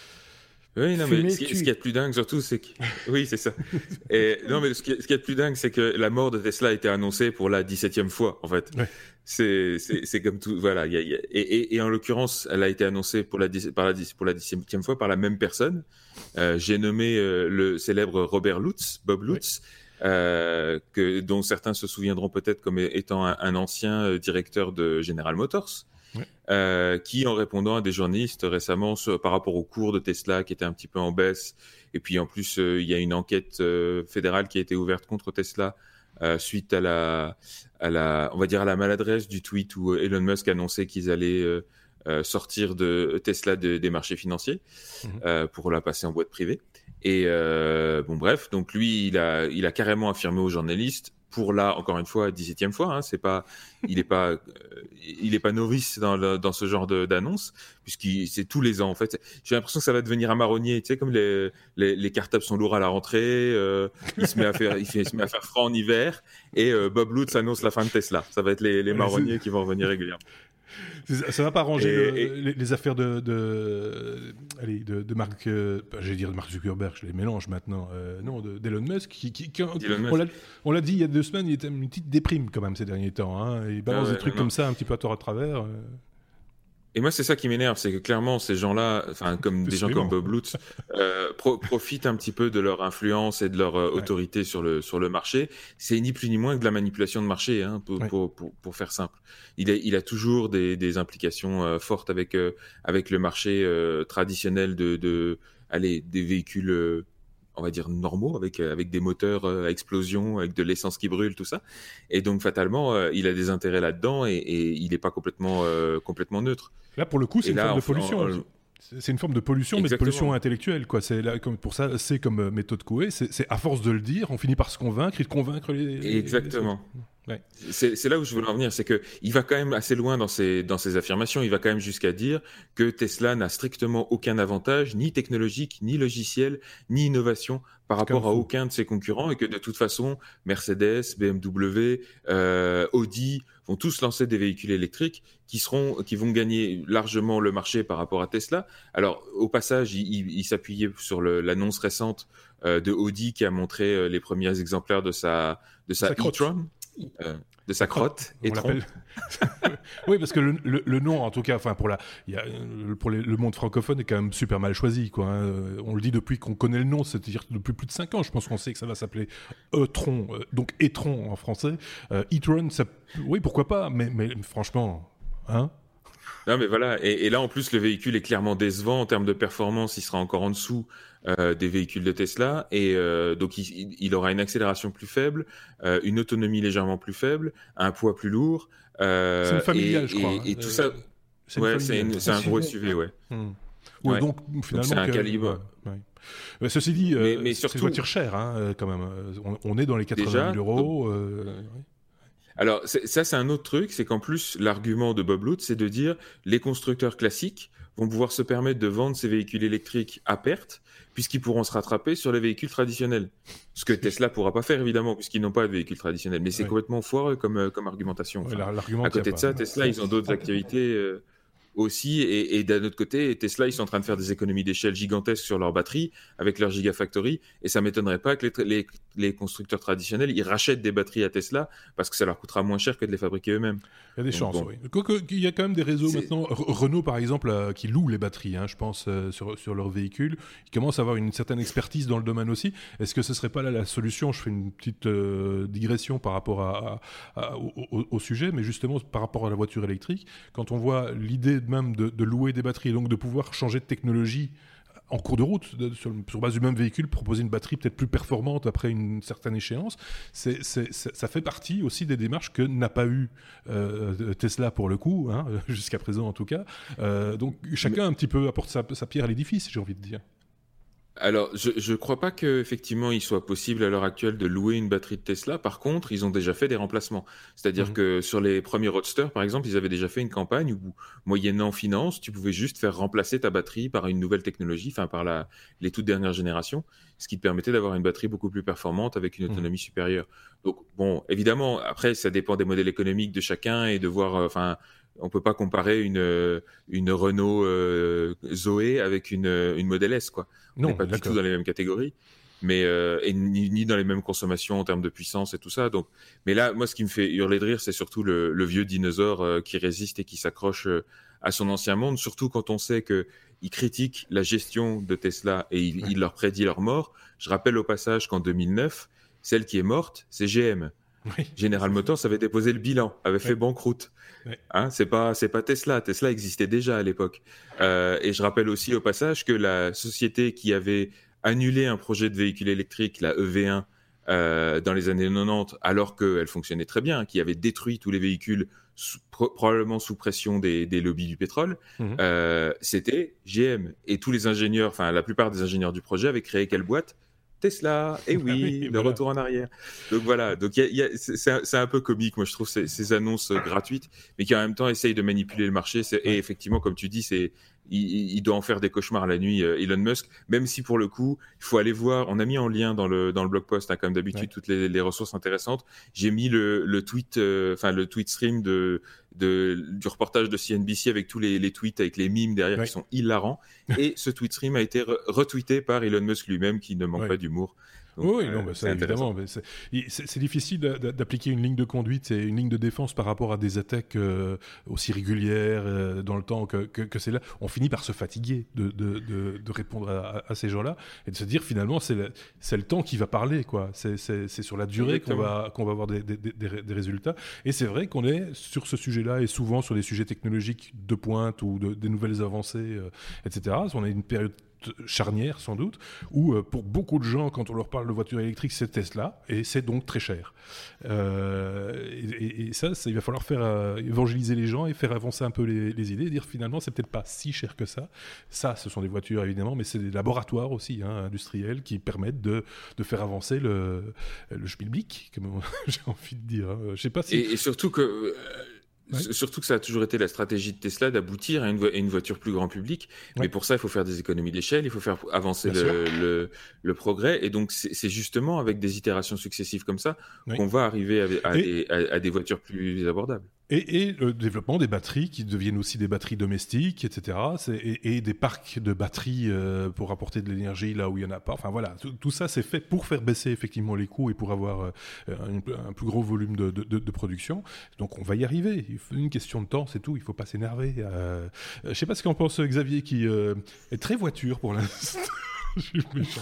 Oui, non, mais ce qui, ce qui est de plus dingue surtout, c'est que... Oui, c'est ça. Et, non, mais ce qui, ce qui est de plus dingue, c'est que la mort de Tesla a été annoncée pour la dix-septième fois, en fait. Ouais. C'est, c'est, c'est comme tout... Voilà. Y a, y a... Et, et, et en l'occurrence, elle a été annoncée pour la, par la, pour la dix-septième fois par la même personne. Euh, j'ai nommé euh, le célèbre Robert Lutz, Bob Lutz, ouais. euh, que, dont certains se souviendront peut-être comme étant un, un ancien directeur de General Motors. Ouais. Euh, qui, en répondant à des journalistes récemment sur, par rapport au cours de Tesla qui était un petit peu en baisse, et puis en plus il euh, y a une enquête euh, fédérale qui a été ouverte contre Tesla euh, suite à la, à la, on va dire à la maladresse du tweet où Elon Musk annonçait qu'ils allaient euh, euh, sortir de Tesla de, des marchés financiers mmh. euh, pour la passer en boîte privée. Et euh, bon bref, donc lui il a, il a carrément affirmé aux journalistes. Pour là, encore une fois, dix-septième fois, hein, c'est pas, il n'est pas, euh, il est pas novice dans, le, dans ce genre de, d'annonce, puisqu'il c'est tous les ans en fait. J'ai l'impression que ça va devenir un marronnier, tu sais, comme les, les, les cartables sont lourds à la rentrée, euh, il se met à faire, il, fait, il se met à faire froid en hiver, et euh, Bob Lutz annonce la fin de Tesla. Ça va être les, les marronniers qui vont revenir régulièrement. Ça va pas arranger et, le, et... Les, les affaires de, de, allez, de, de Mark, euh, j'allais dire de Mark Zuckerberg, je les mélange maintenant, euh, non, de, d'Elon Musk, qui, qui, qui on, Musk. L'a, on l'a dit il y a deux semaines, il était une petite déprime quand même ces derniers temps, hein, il balance ah ouais, des trucs non. comme ça un petit peu à tort à travers. Euh... Et moi, c'est ça qui m'énerve, c'est que clairement, ces gens-là, enfin, comme des gens comme Bob Lutz, euh, pro- profitent un petit peu de leur influence et de leur euh, ouais. autorité sur le sur le marché. C'est ni plus ni moins que de la manipulation de marché, hein, pour, ouais. pour, pour pour faire simple. Il a il a toujours des des implications euh, fortes avec euh, avec le marché euh, traditionnel de de allez des véhicules. Euh, on va dire normaux, avec, avec des moteurs à explosion, avec de l'essence qui brûle, tout ça. Et donc, fatalement, euh, il a des intérêts là-dedans et, et il n'est pas complètement, euh, complètement neutre. Là, pour le coup, c'est et une là, forme de pollution. On, on... C'est une forme de pollution, Exactement. mais de pollution intellectuelle, quoi. C'est là, comme, pour ça, c'est comme méthode Coué, c'est, c'est à force de le dire, on finit par se convaincre et de convaincre les... Exactement. Les... Ouais. C'est, c'est là où je voulais en venir, c'est qu'il va quand même assez loin dans ses, dans ses affirmations, il va quand même jusqu'à dire que Tesla n'a strictement aucun avantage, ni technologique, ni logiciel, ni innovation par rapport à aucun de ses concurrents, et que de toute façon, Mercedes, B M W, euh, Audi vont tous lancer des véhicules électriques qui seront, qui vont gagner largement le marché par rapport à Tesla. Alors, au passage, il, il, il s'appuyait sur le, l'annonce récente euh, de Audi qui a montré euh, les premiers exemplaires de sa, de sa e-tron. euh, de sa crotte, on Etron. Oui, parce que le, le, le nom, en tout cas, enfin pour la, il y a, pour les, le monde francophone est quand même super mal choisi, quoi. Hein. On le dit depuis qu'on connaît le nom, c'est-à-dire depuis plus de cinq ans. Je pense qu'on sait que ça va s'appeler Etron, euh, donc Etron en français. Euh, Etron, ça, oui, pourquoi pas, mais, mais franchement, hein. Non, mais voilà. Et, et là, en plus, le véhicule est clairement décevant en termes de performance. Il sera encore en dessous euh, des véhicules de Tesla. Et euh, donc, il, il aura une accélération plus faible, euh, une autonomie légèrement plus faible, un poids plus lourd. Euh, c'est une familiale, et, je crois. Et, hein. et tout euh, ça. C'est, ouais, c'est, une, c'est un gros S U V, ouais. Hum. Ouais, ouais. donc finalement, donc, c'est un que, calibre. Ouais, ouais. Mais ceci dit, mais, euh, mais c'est surtout, une voiture chère, hein, quand même. On, on est dans les quatre-vingt mille euros. Donc... Euh, ouais. Alors, c'est, ça, c'est un autre truc, c'est qu'en plus, l'argument de Bob Lutz, c'est de dire les constructeurs classiques vont pouvoir se permettre de vendre ces véhicules électriques à perte, puisqu'ils pourront se rattraper sur les véhicules traditionnels. Ce que Tesla ne pourra pas faire, évidemment, puisqu'ils n'ont pas de véhicules traditionnels. Mais c'est ouais. complètement foireux comme, comme argumentation. Enfin, ouais, l'argument à côté de ça, Tesla, ils ont d'autres activités euh, aussi. Et, et d'un autre côté, Tesla, ils sont en train de faire des économies d'échelle gigantesques sur leurs batteries, avec leur Gigafactory. Et ça ne m'étonnerait pas que les, les, les constructeurs traditionnels, ils rachètent des batteries à Tesla, parce que ça leur coûtera moins cher que de les fabriquer eux-mêmes. Il y a des Donc, chances, bon. oui. Quoique, il y a quand même des réseaux c'est... maintenant. Renault, par exemple, euh, qui loue les batteries, hein, je pense, euh, sur, sur leurs véhicules. Ils commencent à avoir une certaine expertise dans le domaine aussi. Est-ce que ce ne serait pas là la solution ? Je fais une petite euh, digression par rapport à, à, à, au, au, au sujet, mais justement par rapport à la voiture électrique. Quand on voit l'idée même de, de louer des batteries et donc de pouvoir changer de technologie en cours de route, de, sur, sur base du même véhicule, proposer une batterie peut-être plus performante après une certaine échéance, c'est, c'est, c'est, ça fait partie aussi des démarches que n'a pas eu euh, Tesla pour le coup, hein, jusqu'à présent en tout cas. Euh, donc chacun un petit peu apporte sa, sa pierre à l'édifice, j'ai envie de dire. Alors, je ne crois pas qu'effectivement il soit possible à l'heure actuelle de louer une batterie de Tesla. Par contre, ils ont déjà fait des remplacements. C'est-à-dire mmh. que sur les premiers Roadster, par exemple, ils avaient déjà fait une campagne où, moyennant finance, tu pouvais juste faire remplacer ta batterie par une nouvelle technologie, enfin par la, les toutes dernières générations, ce qui te permettait d'avoir une batterie beaucoup plus performante avec une autonomie mmh. supérieure. Donc, bon, évidemment, après, ça dépend des modèles économiques de chacun et de voir... Enfin, euh, on ne peut pas comparer une, une Renault euh, Zoé avec une, une Model S, quoi. On n'est pas d'accord. du tout dans les mêmes catégories, mais, euh, et ni, ni dans les mêmes consommations en termes de puissance et tout ça. Donc, mais là, moi, ce qui me fait hurler de rire, c'est surtout le, le vieux dinosaure euh, qui résiste et qui s'accroche euh, à son ancien monde, surtout quand on sait qu'il critique la gestion de Tesla et il, ouais. il leur prédit leur mort. Je rappelle au passage qu'en deux mille neuf, celle qui est morte, c'est G M. Oui. General Motors avait déposé le bilan, avait ouais. fait banqueroute. Ouais. Hein, c'est pas, c'est pas Tesla. Tesla existait déjà à l'époque. Euh, et je rappelle aussi au passage que la société qui avait annulé un projet de véhicule électrique, la E V un, euh, dans les années quatre-vingt-dix, alors qu'elle fonctionnait très bien, qui avait détruit tous les véhicules, sous, pro- probablement sous pression des, des lobbies du pétrole, mmh. euh, c'était G M. Et tous les ingénieurs, enfin la plupart des ingénieurs du projet avaient créé quelle boîte ? Tesla, et oui, oui le voilà. retour en arrière. Donc voilà, donc y a, y a, c'est, un, c'est un peu comique, moi je trouve, ces, ces annonces gratuites, mais qui en même temps essayent de manipuler le marché. C'est, et effectivement, comme tu dis, c'est, il, il doit en faire des cauchemars la nuit, euh, Elon Musk, même si pour le coup, il faut aller voir, on a mis en lien dans le, dans le blog post, hein, comme d'habitude, ouais. toutes les, les ressources intéressantes. J'ai mis le, le tweet, enfin euh, le tweet stream de, de, du reportage de C N B C avec tous les, les tweets, avec les mimes derrière ouais. qui sont hilarants. Et ce tweet stream a été re- retweeté par Elon Musk lui-même, qui ne manque ouais. pas d'humour. Donc, oui, euh, non, bah ça, évidemment. Mais c'est, c'est, c'est difficile d'appliquer une ligne de conduite et une ligne de défense par rapport à des attaques euh, aussi régulières euh, dans le temps que, que, que c'est là. On finit par se fatiguer de, de, de, de répondre à, à ces gens-là et de se dire finalement c'est le, c'est le temps qui va parler, quoi. C'est, c'est, c'est sur la durée qu'on va, qu'on va avoir des, des, des, des résultats. Et c'est vrai qu'on est sur ce sujet-là et souvent sur des sujets technologiques de pointe ou de, des nouvelles avancées, euh, et cetera. On a une période charnière sans doute, où euh, pour beaucoup de gens, quand on leur parle de voiture électrique, c'est Tesla, et c'est donc très cher. Euh, et, et ça, ça, il va falloir faire euh, évangéliser les gens et faire avancer un peu les, les idées, et dire finalement, c'est peut-être pas si cher que ça. Ça, ce sont des voitures évidemment, mais c'est des laboratoires aussi, hein, industriels, qui permettent de, de faire avancer le, le schmilblick, comme j'ai envie de dire. Hein. Je sais pas si... Et, et surtout que... Euh... Ouais. Surtout que ça a toujours été la stratégie de Tesla d'aboutir à une, vo- à une voiture plus grand public. Ouais. Mais pour ça, il faut faire des économies d'échelle, il faut faire avancer le, le, le progrès. Et donc, c'est, c'est justement avec des itérations successives comme ça ouais. qu'on va arriver à, à, et... des, à, à des voitures plus abordables. Et, et le développement des batteries qui deviennent aussi des batteries domestiques, et cetera. C'est, et, et des parcs de batteries euh, pour apporter de l'énergie là où il n'y en a pas. Enfin voilà, tout, tout ça c'est fait pour faire baisser effectivement les coûts et pour avoir euh, un, un plus gros volume de, de, de production. Donc on va y arriver. Il faut une question de temps, c'est tout. Il ne faut pas s'énerver. Euh, je ne sais pas ce qu'en pense Xavier qui euh, est très voiture pour l'instant. Je suis méchant.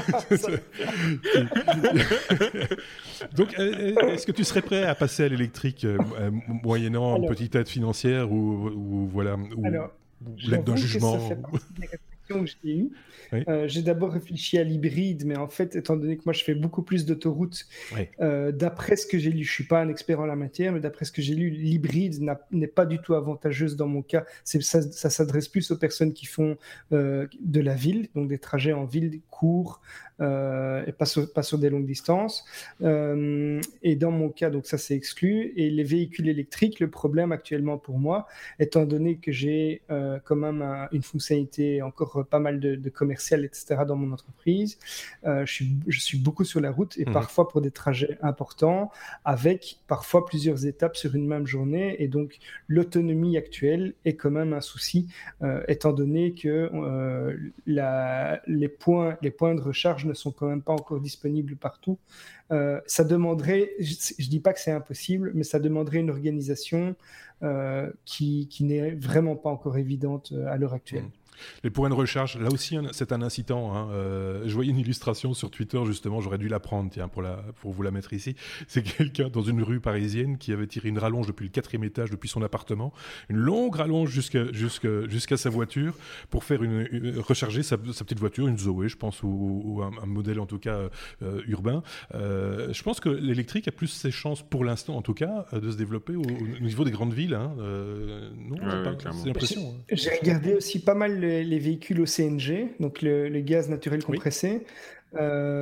Donc, est-ce que tu serais prêt à passer à l'électrique euh, moyennant Alors, une petite aide financière ou, ou voilà ou, Alors, ou l'aide d'un jugement que ça fait partie des réflexions que j'ai eues. Oui. Euh, j'ai d'abord réfléchi à l'hybride, mais en fait, étant donné que moi je fais beaucoup plus d'autoroutes, oui. euh, d'après ce que j'ai lu, je suis pas un expert en la matière, mais d'après ce que j'ai lu, l'hybride n'a, n'est pas du tout avantageuse dans mon cas. C'est, ça, ça s'adresse plus aux personnes qui font euh, de la ville, donc des trajets en ville courts euh, et pas sur, pas sur des longues distances. Euh, et dans mon cas, donc ça c'est exclu. Et les véhicules électriques, le problème actuellement pour moi, étant donné que j'ai euh, quand même un, une fonctionnalité encore pas mal de, de commerce, et cetera dans mon entreprise. Euh, je, suis, je suis beaucoup sur la route et mmh. parfois pour des trajets importants avec parfois plusieurs étapes sur une même journée et donc l'autonomie actuelle est quand même un souci euh, étant donné que euh, la, les, points, les points de recharge ne sont quand même pas encore disponibles partout. Euh, ça demanderait, je ne dis pas que c'est impossible, mais ça demanderait une organisation euh, qui, qui n'est vraiment pas encore évidente à l'heure actuelle. Mmh. Les points de recharge, là aussi, c'est un incitant. Hein. Euh, je voyais une illustration sur Twitter, justement, j'aurais dû la prendre, tiens, pour, la, pour vous la mettre ici. C'est quelqu'un dans une rue parisienne qui avait tiré une rallonge depuis le quatrième étage, depuis son appartement, une longue rallonge jusqu'à, jusqu'à, jusqu'à sa voiture pour faire une, une, recharger sa, sa petite voiture, une Zoé, je pense, ou, ou un, un modèle en tout cas euh, urbain. Euh, je pense que l'électrique a plus ses chances, pour l'instant en tout cas, de se développer au, au niveau des grandes villes. Hein. Euh, non, ouais, pas, c'est l'impression. Hein. J'ai regardé aussi pas mal les, les véhicules au C N G, donc le, le gaz naturel compressé. Oui.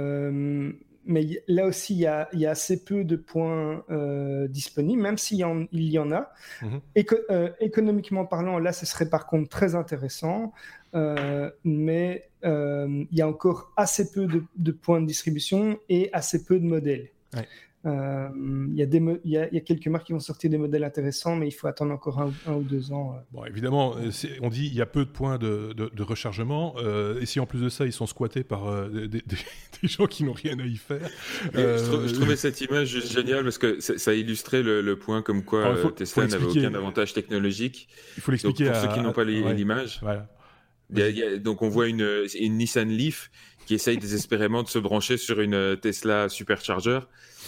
Euh, mais là aussi, il y a, il y a assez peu de points euh, disponibles, même s'il y en, il y en a. Mm-hmm. Éco, euh, économiquement parlant, là, ce serait par contre très intéressant. Euh, mais euh, il y a encore assez peu de, de points de distribution et assez peu de modèles. Ouais. Euh, il y a des mo- il y a, il y a quelques marques qui vont sortir des modèles intéressants, mais il faut attendre encore un, un ou deux ans. Euh. Bon, évidemment, c'est, on dit il y a peu de points de, de, de rechargement, euh, et si en plus de ça, ils sont squattés par euh, des, des, des gens qui n'ont rien à y faire. Euh... Je, trou- je trouvais cette image juste géniale parce que ça, ça illustrait le, le point comme quoi Alors, faut, Tesla n'avait aucun avantage technologique. Il faut l'expliquer donc, pour à, ceux qui n'ont pas les, ouais, l'image. Voilà. Il y a, il y a, donc on voit une, une Nissan Leaf qui essaye désespérément de se brancher sur une Tesla Supercharger.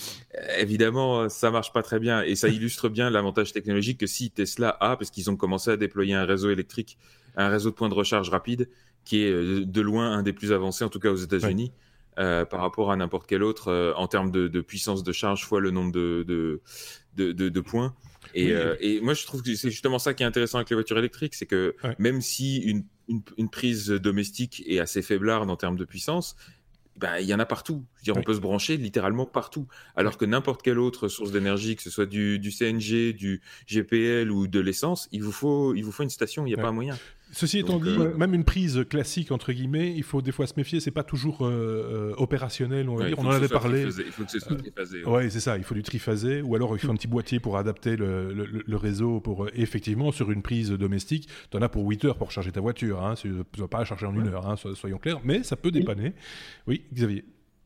Évidemment, ça marche pas très bien et ça illustre bien l'avantage technologique que si Tesla a, parce qu'ils ont commencé à déployer un réseau électrique, un réseau de points de recharge rapide qui est de loin un des plus avancés, en tout cas aux États-Unis, ouais. euh, par rapport à n'importe quel autre euh, en termes de, de puissance de charge fois le nombre de, de, de, de, de points. Et, oui. euh, et moi, je trouve que c'est justement ça qui est intéressant avec les voitures électriques, c'est que ouais. même si une, une, une prise domestique est assez faiblarde en termes de puissance, ben, il y en a partout. Je veux dire, oui. on peut se brancher littéralement partout. Alors oui. que n'importe quelle autre source d'énergie, que ce soit du, du C N G, du G P L ou de l'essence, il vous faut, il vous faut une station, il n'y a oui. pas un moyen. Ceci étant Donc, dit, euh... même une prise classique, entre guillemets, il faut des fois se méfier, c'est pas toujours euh, opérationnel, on va ouais, dire. On en avait parlé. Triphasé. Il faut que ce soit triphasé. Euh, ouais, c'est ça, il faut du triphasé, ou alors il faut un petit boîtier pour adapter le, le, le réseau. Pour, et effectivement, sur une prise domestique, tu en as pour huit heures pour charger ta voiture. Hein, tu ne vas pas la charger en une heure, hein, soyons clairs, mais ça peut dépanner. Oui, Xavier.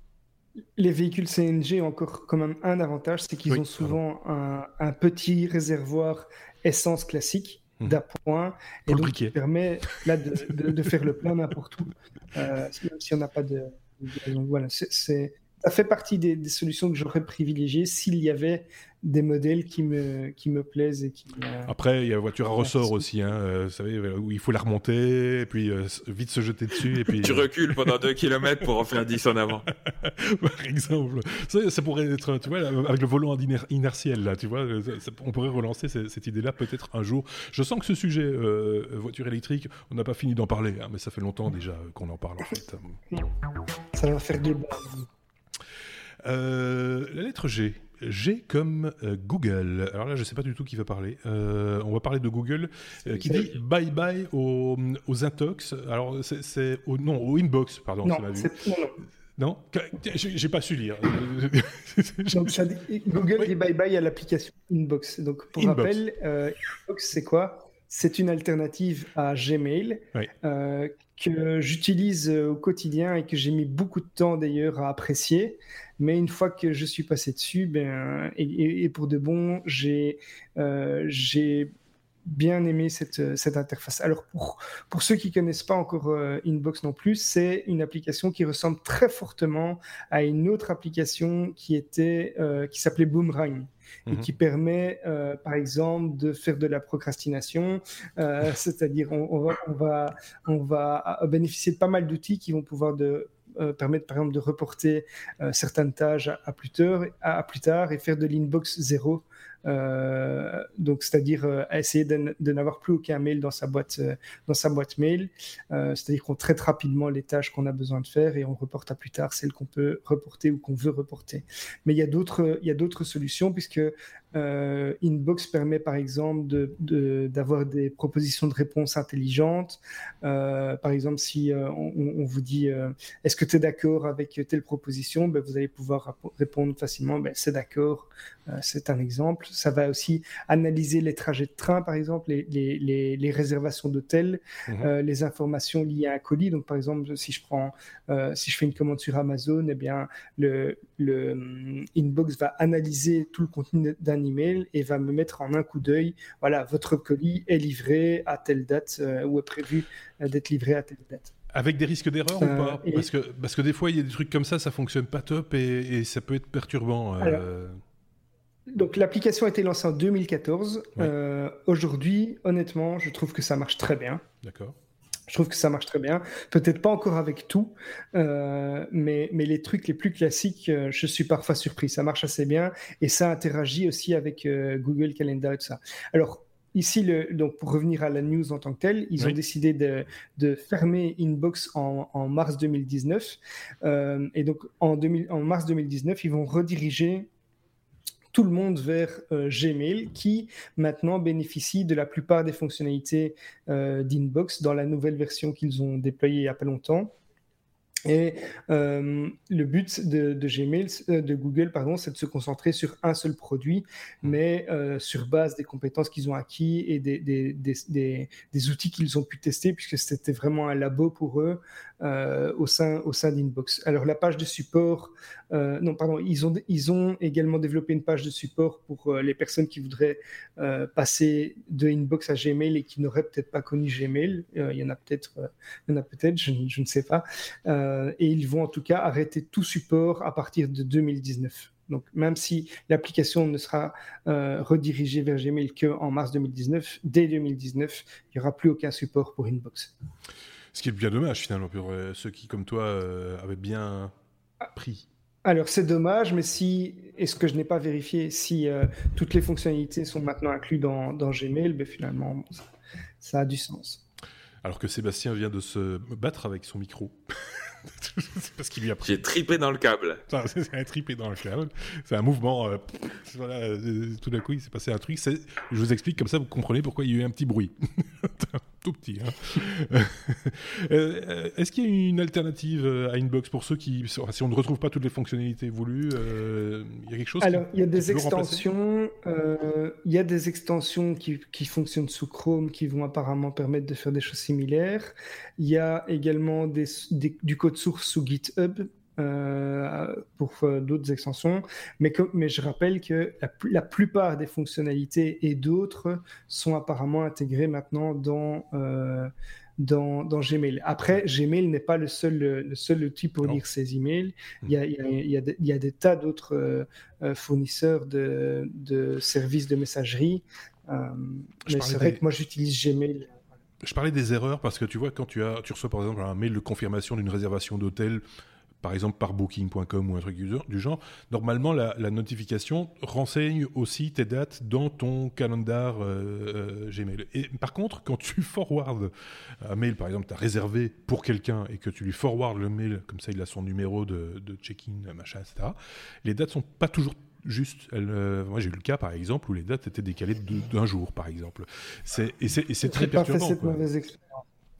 Les véhicules C N G ont encore quand même un avantage, c'est qu'ils oui, ont souvent un, un petit réservoir essence classique d'appoint et pour donc qui permet là de, de, de faire le plein n'importe où euh, même si on n'a pas de, de donc voilà c'est, c'est ça fait partie des, des solutions que j'aurais privilégiées s'il y avait des modèles qui me, qui me plaisent et qui me... Après, il y a la voiture à ressort aussi, hein, euh, vous savez, où il faut la remonter, et puis euh, vite se jeter dessus. Et puis, tu recules pendant deux kilomètres pour en faire dix en avant. Par exemple. Ça, ça pourrait être, tu vois, avec le volant iner- inertiel, là, tu vois, ça, ça, on pourrait relancer cette, cette idée-là peut-être un jour. Je sens que ce sujet, euh, voiture électrique, on n'a pas fini d'en parler, hein, mais ça fait longtemps déjà qu'on en parle, en fait. Ça va faire débat. Euh, la lettre G. G comme euh, Google. Alors là, je ne sais pas du tout qui va parler. Euh, on va parler de Google euh, qui dit bye bye aux, aux intox. Alors, c'est, c'est au, non, au inbox, pardon. Non, ça m'a vu. C'est, non, non. Non, j'ai, j'ai pas su lire. Donc, ça dit, Google oui. dit bye bye à l'application Inbox. Donc pour Inbox. rappel, euh, Inbox c'est quoi ? C'est une alternative à Gmail oui. euh, que j'utilise au quotidien et que j'ai mis beaucoup de temps d'ailleurs à apprécier. Mais une fois que je suis passé dessus, ben, et, et pour de bon, j'ai, euh, j'ai bien aimé cette, cette interface. Alors pour, pour ceux qui ne connaissent pas encore euh, Inbox non plus, c'est une application qui ressemble très fortement à une autre application qui, était, euh, qui s'appelait Boomerang. Et mmh. qui permet, euh, par exemple, de faire de la procrastination, euh, c'est-à-dire on, on, va, on, va, on va bénéficier de pas mal d'outils qui vont pouvoir de, euh, permettre, par exemple, de reporter euh, certaines tâches à, à, plus tard, à, à plus tard et faire de l'inbox zéro. Euh, donc, c'est-à-dire euh, essayer de, de n'avoir plus aucun mail dans sa boîte, euh, dans sa boîte mail. Euh, c'est-à-dire qu'on traite rapidement les tâches qu'on a besoin de faire et on reporte à plus tard celles qu'on peut reporter ou qu'on veut reporter. Mais il y a d'autres, il y a d'autres solutions puisque euh, Inbox permet par exemple de, de, d'avoir des propositions de réponse intelligentes. Euh, par exemple, si euh, on, on vous dit euh, est-ce que tu es d'accord avec telle proposition, ben, vous allez pouvoir répondre facilement ben, c'est d'accord, euh, c'est un exemple. Ça va aussi analyser les trajets de train, par exemple, les, les, les, les réservations d'hôtels, mmh. euh, les informations liées à un colis. Donc, par exemple, si je prends, euh, si je fais une commande sur Amazon, eh bien, le, le um, Inbox va analyser tout le contenu d'un email et va me mettre en un coup d'œil. Voilà, votre colis est livré à telle date euh, ou est prévu euh, d'être livré à telle date. Avec des risques d'erreur euh, ou pas et... parce, que, parce que des fois, il y a des trucs comme ça, ça fonctionne pas top et, et ça peut être perturbant. Euh... Alors, donc, l'application a été lancée en deux mille quatorze. Ouais. Euh, aujourd'hui, honnêtement, je trouve que ça marche très bien. D'accord. Je trouve que ça marche très bien. Peut-être pas encore avec tout, euh, mais, mais les trucs les plus classiques, euh, je suis parfois surpris. Ça marche assez bien et ça interagit aussi avec euh, Google Calendar et tout ça. Alors, ici, le, donc pour revenir à la news en tant que telle, ils oui. ont décidé de, de fermer Inbox en, en mars deux mille dix-neuf. Euh, et donc, en, deux mille, en mars deux mille dix-neuf, ils vont rediriger tout le monde vers euh, Gmail, qui maintenant bénéficie de la plupart des fonctionnalités euh, d'Inbox dans la nouvelle version qu'ils ont déployée il n'y a pas longtemps. Et euh, le but de, de Gmail, euh, de Google, pardon, c'est de se concentrer sur un seul produit, mais euh, sur base des compétences qu'ils ont acquis et des, des, des, des, des outils qu'ils ont pu tester, puisque c'était vraiment un labo pour eux euh, au sein, au sein d'Inbox. Alors la page de support, euh, non pardon, ils ont, ils ont également développé une page de support pour euh, les personnes qui voudraient euh, passer de Inbox à Gmail et qui n'auraient peut-être pas connu Gmail. Euh, il y en a peut-être, euh, il y en a peut-être, je, je ne sais pas. Euh, et ils vont en tout cas arrêter tout support à partir de deux mille dix-neuf. Donc même si l'application ne sera euh, redirigée vers Gmail qu'en mars deux mille dix-neuf, dès deux mille dix-neuf, il n'y aura plus aucun support pour Inbox. Ce qui est bien dommage finalement pour euh, ceux qui, comme toi, euh, avaient bien pris. Alors c'est dommage, mais si, et ce que je n'ai pas vérifié, si euh, toutes les fonctionnalités sont maintenant incluses dans, dans Gmail, ben, finalement, bon, ça, ça a du sens. Alors que Sébastien vient de se battre avec son micro. Parce qu'il lui a pris. J'ai tripé dans le câble. Ça, c'est un tripé dans le câble. C'est un mouvement. Euh, voilà, euh, tout d'un coup, il s'est passé un truc. C'est, je vous explique comme ça, vous comprenez pourquoi il y a eu un petit bruit. Tout petit. Hein. euh, est-ce qu'il y a une alternative à Inbox pour ceux qui, si on ne retrouve pas toutes les fonctionnalités voulues, euh, il y a quelque chose Alors, qui, il y a des extensions. Euh, il y a des extensions qui, qui fonctionnent sous Chrome qui vont apparemment permettre de faire des choses similaires. Il y a également des, des, du code source sous GitHub euh, pour euh, d'autres extensions, mais, que, mais je rappelle que la, la plupart des fonctionnalités et d'autres sont apparemment intégrées maintenant dans, euh, dans, dans Gmail. Après, Gmail n'est pas le seul, le seul outil pour non. lire ses emails. Il y a, il y a, il y a, des, il y a des tas d'autres euh, fournisseurs de, de services de messagerie, euh, mais c'est vrai des... que moi j'utilise Gmail. Je parlais des erreurs parce que tu vois, quand tu, as, tu reçois par exemple un mail de confirmation d'une réservation d'hôtel, par exemple par booking point com ou un truc du genre, normalement la, la notification renseigne aussi tes dates dans ton calendar euh, euh, Gmail. Et par contre, quand tu forwardes un mail, par exemple, tu as réservé pour quelqu'un et que tu lui forwardes le mail, comme ça il a son numéro de, de check-in, machin, et cetera, les dates sont pas toujours juste. Elle, euh, moi j'ai eu le cas par exemple où les dates étaient décalées de, d'un jour par exemple. C'est, et c'est, et c'est très perturbant. Pas fait cette mauvaise expérience.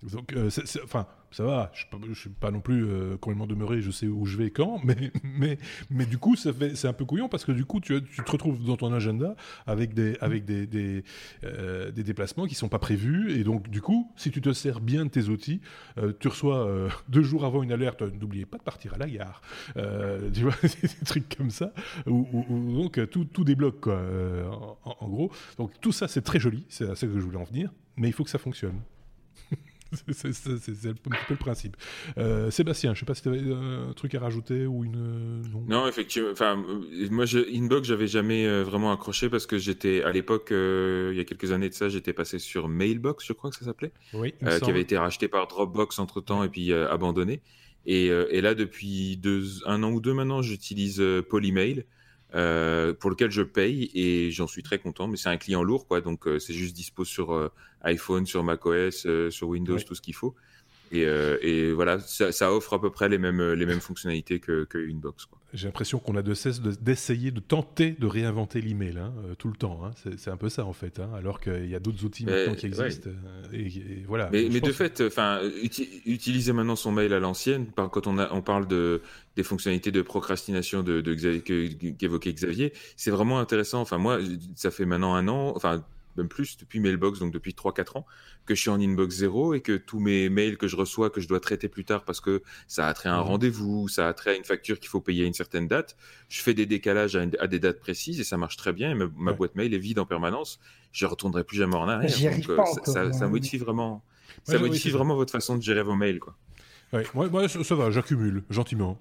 Donc, euh, c'est, c'est, enfin, ça va, je ne suis pas non plus euh, complètement demeuré, je sais où je vais quand, mais, mais, mais du coup, ça fait, c'est un peu couillon parce que du coup, tu, tu te retrouves dans ton agenda avec des, avec des, des, euh, des déplacements qui ne sont pas prévus. Et donc, du coup, si tu te sers bien de tes outils, euh, tu reçois euh, deux jours avant une alerte, n'oubliez pas de partir à la gare. Euh, tu vois, des trucs comme ça, où, où, où donc tout, tout débloque, quoi, euh, en, en gros. Donc, tout ça, c'est très joli, c'est à ça que je voulais en venir, mais il faut que ça fonctionne. C'est, c'est, c'est, c'est un peu le principe. Euh, Sébastien, je ne sais pas si tu avais un truc à rajouter ou une... Non, non effectivement. Enfin, moi, je, Inbox, j'avais jamais euh, vraiment accroché parce que j'étais, à l'époque, euh, il y a quelques années de ça, j'étais passé sur Mailbox, je crois que ça s'appelait, oui, euh, qui avait été racheté par Dropbox entre-temps et puis euh, abandonné. Et, euh, et là, depuis deux, un an ou deux maintenant, j'utilise euh, Polymail. Euh, pour lequel je paye et j'en suis très content, mais c'est un client lourd, quoi, donc euh, c'est juste dispo sur euh, iPhone, sur macOS, euh, sur Windows, oui. Tout ce qu'il faut. Et, euh, et voilà, ça, ça offre à peu près les mêmes, les mêmes fonctionnalités que, que Inbox, quoi. J'ai l'impression qu'on a de cesse de, d'essayer de tenter de réinventer l'email, hein, euh, tout le temps. Hein. C'est, c'est un peu ça en fait, hein, alors qu'il y a d'autres outils mais, maintenant qui existent. Ouais. Et, et voilà. Mais, mais de fait, enfin, uti- utiliser maintenant son mail à l'ancienne, quand on, a, on parle de des fonctionnalités de procrastination de, de Xavier, que, qu'évoquait Xavier, c'est vraiment intéressant. Enfin, moi, ça fait maintenant un an, enfin. même plus, depuis Mailbox, donc depuis trois quatre ans, que je suis en inbox zéro et que tous mes mails que je reçois, que je dois traiter plus tard parce que ça a trait à un mmh. rendez-vous, ça a trait à une facture qu'il faut payer à une certaine date, je fais des décalages à, une, à des dates précises et ça marche très bien et ma, ma ouais. boîte mail est vide en permanence. Je ne retournerai plus jamais en arrière. J'y arrive donc, pas euh, encore, ça, ouais. ça modifie vraiment, ça ouais, modifie oui, vraiment votre façon de gérer vos mails, quoi. Ouais, moi, moi ça, ça va, j'accumule, gentiment.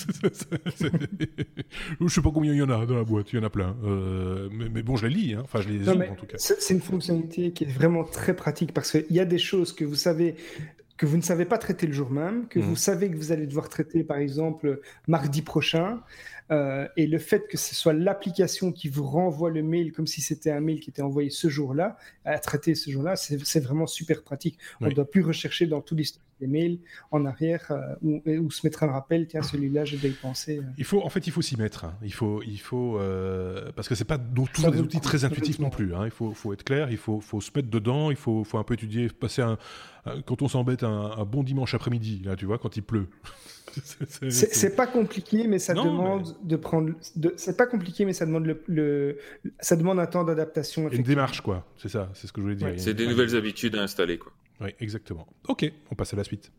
Je sais pas combien il y en a dans la boîte, il y en a plein. Euh, mais, mais bon, je les lis, hein. Enfin, je les non, ouvre en tout cas. C'est, c'est une fonctionnalité qui est vraiment très pratique parce qu'il y a des choses que vous savez que vous ne savez pas traiter le jour même, que mmh. vous savez que vous allez devoir traiter, par exemple, mardi prochain. Euh, et le fait que ce soit l'application qui vous renvoie le mail comme si c'était un mail qui était envoyé ce jour-là, à traiter ce jour-là, c'est, c'est vraiment super pratique. On ne oui. doit plus rechercher dans tout l'histoire des mails en arrière euh, ou, ou se mettre un rappel, tiens, celui-là, je dois y penser. Il faut, en fait, il faut s'y mettre. Hein. Il faut, il faut, euh, parce que ce n'est pas toujours des outils très intuitifs non plus. Hein. Il faut, faut être clair, il faut, faut se mettre dedans, il faut, faut un peu étudier, passer un, un, quand on s'embête un, un bon dimanche après-midi, là, tu vois, quand il pleut. c'est, c'est, c'est, c'est pas compliqué, mais ça non, demande mais... de prendre. De, c'est pas compliqué, mais ça demande le, le, ça demande un temps d'adaptation. Une démarche, quoi. C'est ça, c'est ce que je voulais dire. Ouais, c'est des nouvelles habitudes à installer, quoi. Oui, exactement. Ok, on passe à la suite.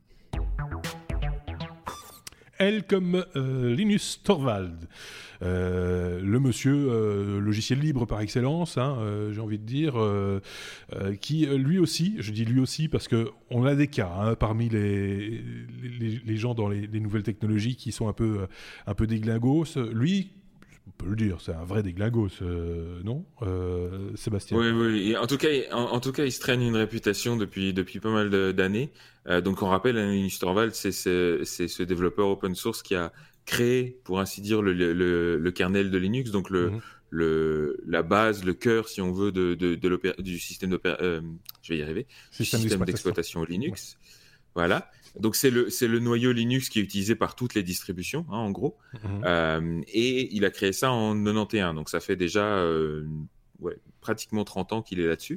L comme euh, Linus Torvald, euh, le monsieur euh, logiciel libre par excellence, hein, euh, j'ai envie de dire, euh, euh, qui lui aussi, je dis lui aussi parce qu'on a des cas hein, parmi les, les, les gens dans les, les nouvelles technologies qui sont un peu, un peu déglingos. Lui, on peut le dire, c'est un vrai déglingos, euh, non euh, Sébastien? Oui, oui. Et en tout cas, en, en tout cas, il se traîne une réputation depuis depuis pas mal de, d'années. Euh, donc, on rappelle, Linus Torvald, c'est, c'est c'est ce développeur open source qui a créé, pour ainsi dire, le le, le kernel de Linux, donc le mm-hmm. le la base, le cœur, si on veut, de de, de l'opé- du système d'opé- euh, je vais y arriver, système, système d'exploitation, d'exploitation Linux. Ouais. Voilà. Donc c'est le c'est le noyau Linux qui est utilisé par toutes les distributions, hein, en gros. Mmh. Euh, et il a créé ça en quatre-vingt-onze, donc ça fait déjà euh, ouais, pratiquement trente ans qu'il est là-dessus.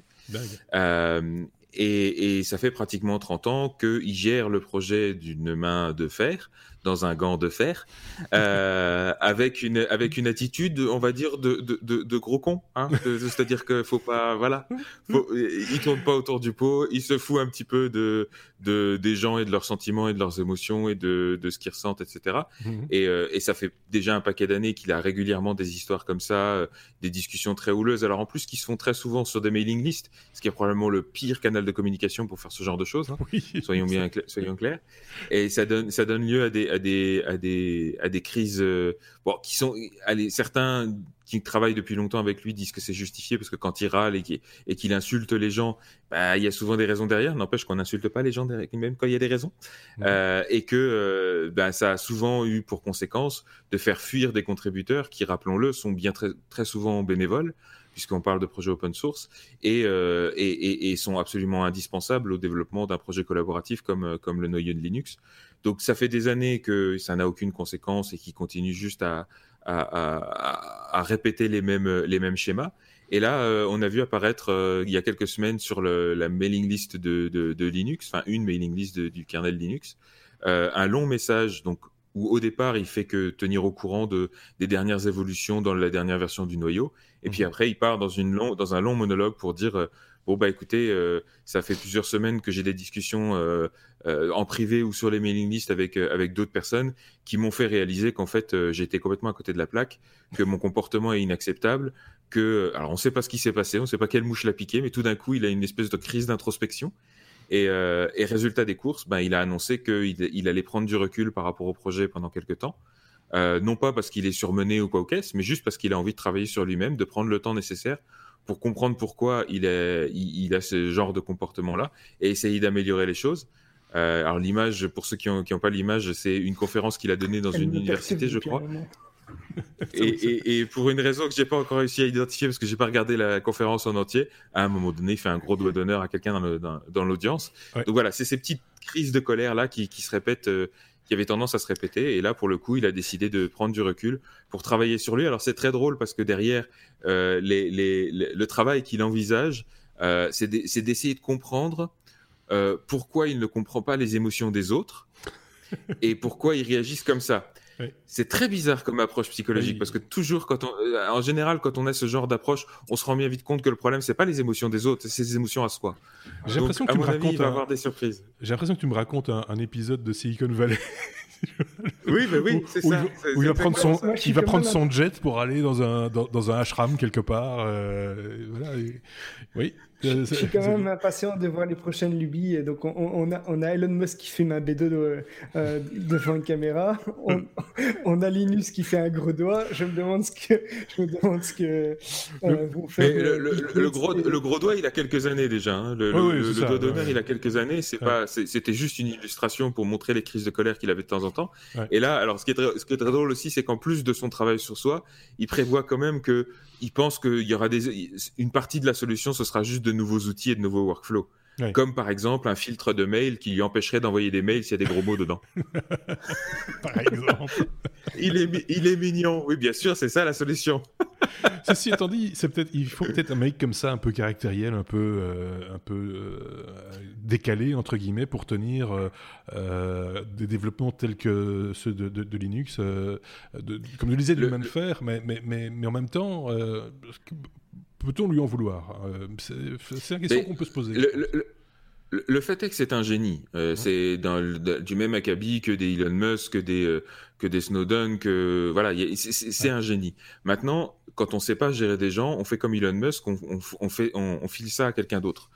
Euh, et, et ça fait pratiquement trente ans qu'il gère le projet d'une main de fer dans un gant de fer, euh, avec une avec une attitude, on va dire, de de de, de gros con, hein, de, de, c'est-à-dire que faut pas, voilà, faut, il tourne pas autour du pot, il se fout un petit peu de de des gens et de leurs sentiments et de leurs émotions et de de ce qu'ils ressentent, et cetera. Mmh. Et euh, et ça fait déjà un paquet d'années qu'il a régulièrement des histoires comme ça, euh, des discussions très houleuses. Alors en plus, qui se font très souvent sur des mailing lists, ce qui est probablement le pire canal de communication pour faire ce genre de choses. Hein. Oui, soyons bien cla- soyons clairs. Et ça donne ça donne lieu à des à des à des à des crises euh, bon qui sont allez, certains qui travaillent depuis longtemps avec lui disent que c'est justifié parce que quand il râle et qu'il, et qu'il insulte les gens, bah il y a souvent des raisons derrière. N'empêche qu'on n'insulte pas les gens derrière, même quand il y a des raisons. Mmh. Euh, et que euh, bah, ça a souvent eu pour conséquence de faire fuir des contributeurs qui, rappelons-le, sont bien très très souvent bénévoles, puisqu'on parle de projets open source, et, euh, et, et, et sont absolument indispensables au développement d'un projet collaboratif comme, comme le noyau de Linux. Donc ça fait des années que ça n'a aucune conséquence et qui continue juste à, à, à, à répéter les mêmes, les mêmes schémas. Et là, euh, on a vu apparaître euh, il y a quelques semaines sur le, la mailing list de, de, de Linux, enfin une mailing list de, du kernel Linux, euh, un long message donc, où au départ, il fait que tenir au courant de, des dernières évolutions dans la dernière version du noyau. Et mmh. puis après, il part dans, une long, dans un long monologue pour dire euh, bon, bah écoutez, euh, ça fait plusieurs semaines que j'ai des discussions euh, euh, en privé ou sur les mailing lists avec, euh, avec d'autres personnes qui m'ont fait réaliser qu'en fait, euh, j'étais complètement à côté de la plaque, que mon comportement est inacceptable. Que, alors on ne sait pas ce qui s'est passé, on ne sait pas quelle mouche l'a piqué, mais tout d'un coup, il a une espèce de crise d'introspection. Et, euh, et résultat des courses, ben, il a annoncé qu'il il allait prendre du recul par rapport au projet pendant quelques temps. Euh, non pas parce qu'il est surmené ou quoi au caisse, mais juste parce qu'il a envie de travailler sur lui-même, de prendre le temps nécessaire pour comprendre pourquoi il, est, il, il a ce genre de comportement-là et essayer d'améliorer les choses. Euh, alors l'image, pour ceux qui n'ont qui ont pas l'image, c'est une conférence qu'il a donnée dans Elle une université, je crois. Et, et, et pour une raison que j'ai pas encore réussi à identifier parce que j'ai pas regardé la conférence en entier, à un moment donné, il fait un gros doigt d'honneur à quelqu'un dans, le, dans, dans l'audience. Ouais. Donc voilà, c'est ces petites crises de colère là qui, qui se répètent, euh, qui avaient tendance à se répéter. Et là, pour le coup, il a décidé de prendre du recul pour travailler sur lui. Alors c'est très drôle parce que derrière, euh, les, les, les, le travail qu'il envisage, euh, c'est, de, c'est d'essayer de comprendre euh, pourquoi il ne comprend pas les émotions des autres et pourquoi ils réagissent comme ça. Oui. C'est très bizarre comme approche psychologique oui. parce que toujours, quand on, euh, en général, quand on a ce genre d'approche, on se rend bien vite compte que le problème, c'est pas les émotions des autres, c'est ses émotions à soi. J'ai Donc, l'impression que tu me racontes. Il va un... avoir des surprises. J'ai l'impression que tu me racontes un, un épisode de Silicon Valley. oui, bah oui, c'est où ça. Il, c'est, où il va prendre son, ouais, il va prendre son jet pour aller dans un dans, dans un ashram quelque part. Euh, voilà. Et... Oui. Je, je suis quand même impatient de voir les prochaines lubies. Et donc, on, on, a, on a Elon Musk qui filme un B deux de, euh, devant une caméra. On, on a Linus qui fait un gros doigt. Je me demande ce que, je me demande ce que euh, vous faites. Le, le, le, le, gros, le gros doigt, il a quelques années déjà. Hein. Le, oh, le, oui, le ça, doigt d'honneur, ouais. il a quelques années. C'est ouais. pas, c'est, c'était juste une illustration pour montrer les crises de colère qu'il avait de temps en temps. Ouais. Et là, alors, ce qui est très, ce qui est très drôle aussi, c'est qu'en plus de son travail sur soi, il prévoit quand même que il pense qu'il y aura des, une partie de la solution, ce sera juste de nouveaux outils et de nouveaux workflows. Oui. Comme par exemple un filtre de mail qui lui empêcherait d'envoyer des mails s'il y a des gros mots dedans. Par exemple. il, est, il est mignon. Oui, bien sûr, c'est ça la solution. Ceci étant dit, c'est peut-être, il faut peut-être un mec comme ça, un peu caractériel, un peu, euh, un peu euh, décalé, entre guillemets, pour tenir euh, euh, des développements tels que ceux de, de, de Linux, euh, de, comme je le disais, de l'humain de fer, mais, mais, mais, mais en même temps... Euh, peut-on lui en vouloir ? c'est, c'est une question mais qu'on peut se poser. Le, le, le, le fait est que c'est un génie. Euh, ouais. C'est dans le, du même acabit que des Elon Musk, que des, euh, que des Snowden, que voilà, y a, c'est, c'est, c'est ouais. un génie. Maintenant, quand on ne sait pas gérer des gens, on fait comme Elon Musk, on, on, on, fait, on, on file ça à quelqu'un d'autre.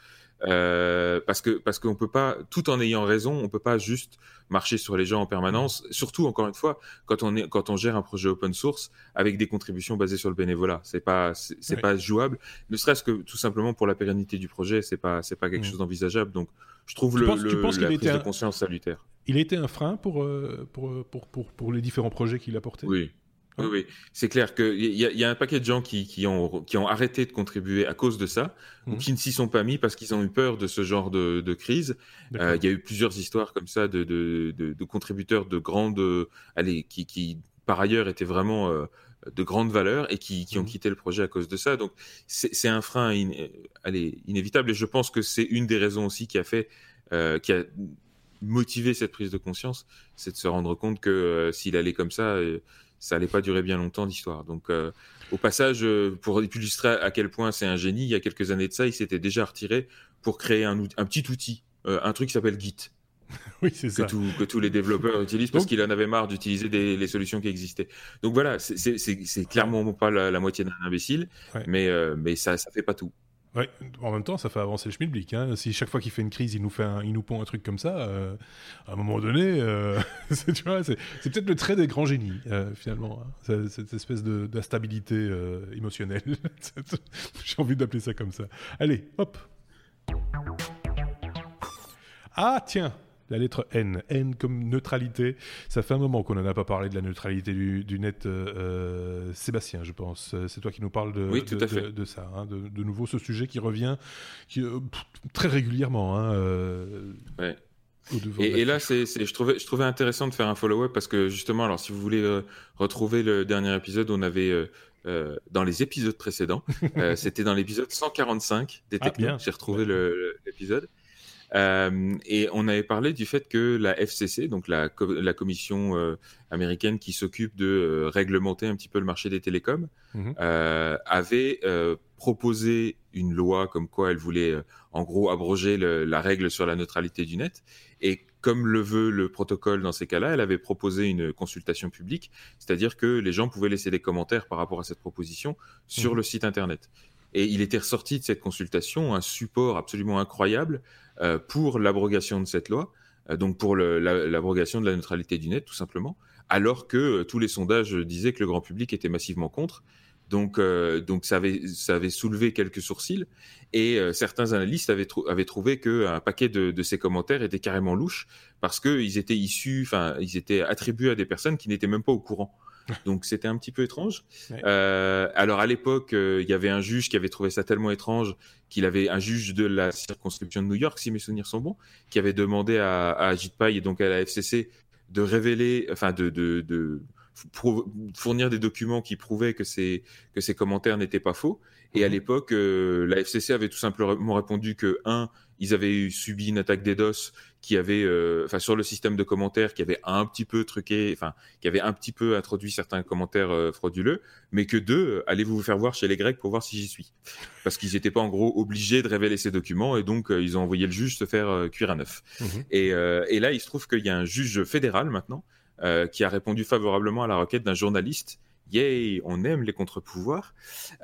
Euh, parce que parce qu'on peut pas, tout en ayant raison, on peut pas juste marcher sur les gens en permanence. Surtout encore une fois, quand on est quand on gère un projet open source avec des contributions basées sur le bénévolat, c'est pas c'est, c'est ouais. pas jouable. Ne serait-ce que tout simplement pour la pérennité du projet, c'est pas c'est pas quelque mmh. chose d'envisageable. Donc je trouve tu le, penses, le la prise de conscience salutaire. Il a été un frein pour pour pour pour pour les différents projets qu'il a portés. Oui. Oui, oui, c'est clair qu'il y, y a un paquet de gens qui, qui, ont, qui ont arrêté de contribuer à cause de ça, mmh. ou qui ne s'y sont pas mis parce qu'ils ont eu peur de ce genre de, de crise. Euh, il y a eu plusieurs histoires comme ça de, de, de, de contributeurs de grandes, allez, qui, qui par ailleurs étaient vraiment euh, de grande valeur et qui, qui mmh. ont quitté le projet à cause de ça. Donc c'est, c'est un frein in, allez, inévitable et je pense que c'est une des raisons aussi qui a fait, euh, qui a motivé cette prise de conscience, c'est de se rendre compte que euh, s'il allait comme ça... Euh, ça allait pas durer bien longtemps d'histoire. Donc, euh, au passage, euh, pour illustrer à quel point c'est un génie, il y a quelques années de ça, il s'était déjà retiré pour créer un, un petit outil, euh, un truc qui s'appelle Git. Oui, c'est ça. Que, tout, que tous les développeurs utilisent parce Donc... qu'il en avait marre d'utiliser des, les solutions qui existaient. Donc voilà, c'est, c'est, c'est, c'est clairement pas la, la moitié d'un imbécile, ouais. mais, euh, mais ça, ça fait pas tout. Ouais, en même temps, ça fait avancer le schmilblick. Hein. Si chaque fois qu'il fait une crise, il nous fait, un, il nous pond un truc comme ça, euh, à un moment donné, euh, c'est, tu vois, c'est, c'est peut-être le trait des grands génies, euh, finalement. Hein. C'est, cette espèce de, d'instabilité euh, émotionnelle. J'ai envie d'appeler ça comme ça. Allez, hop. Ah, tiens. La lettre N, N comme neutralité. Ça fait un moment qu'on n'en a pas parlé de la neutralité du, du net. Euh, Sébastien, je pense. C'est toi qui nous parles de, oui, tout de, à fait. de, de ça. Hein, de, de nouveau, ce sujet qui revient qui, euh, très régulièrement. Hein, euh, ouais. Et, et là, c'est, c'est, je, trouvais, je trouvais intéressant de faire un follow-up parce que justement, alors si vous voulez euh, retrouver le dernier épisode, on avait euh, euh, dans les épisodes précédents. euh, c'était dans l'épisode cent quarante-cinq des Technos. Ah, j'ai retrouvé le, le, l'épisode. Euh, et on avait parlé du fait que la F C C, donc la, la commission euh, américaine qui s'occupe de euh, réglementer un petit peu le marché des télécoms, mmh. euh, avait euh, proposé une loi comme quoi elle voulait euh, en gros abroger le, la règle sur la neutralité du net. Et comme le veut le protocole dans ces cas-là, elle avait proposé une consultation publique, c'est-à-dire que les gens pouvaient laisser des commentaires par rapport à cette proposition sur mmh. le site internet. Et il était ressorti de cette consultation un support absolument incroyable euh, pour l'abrogation de cette loi, euh, donc pour le, la, l'abrogation de la neutralité du net, tout simplement, alors que euh, tous les sondages disaient que le grand public était massivement contre. Donc, euh, donc ça, avait, ça avait soulevé quelques sourcils, et euh, certains analystes avaient, tr- avaient trouvé qu'un paquet de, de ces commentaires étaient carrément louches, parce qu'ils étaient issus, enfin, ils étaient attribués à des personnes qui n'étaient même pas au courant. Donc c'était un petit peu étrange. Ouais. Euh, alors à l'époque, il euh, y avait un juge qui avait trouvé ça tellement étrange qu'il avait un juge de la circonscription de New York, si mes souvenirs sont bons, qui avait demandé à, à Ajit-Pai et donc à la F C C de révéler, enfin de, de, de fournir des documents qui prouvaient que ces, que ces commentaires n'étaient pas faux. Et à l'époque, euh, la F C C avait tout simplement répondu que, un, ils avaient subi une attaque DDoS qui avait, euh, enfin, sur le système de commentaires, qui avait un petit peu truqué, enfin, qui avait un petit peu introduit certains commentaires euh, frauduleux, mais que deux, allez-vous vous faire voir chez les Grecs pour voir si j'y suis. Parce qu'ils n'étaient pas, en gros, obligés de révéler ces documents, et donc, euh, ils ont envoyé le juge se faire euh, cuire à neuf. Mmh. Et, euh, et là, il se trouve qu'il y a un juge fédéral, maintenant, euh, qui a répondu favorablement à la requête d'un journaliste. Yay, on aime les contre-pouvoirs,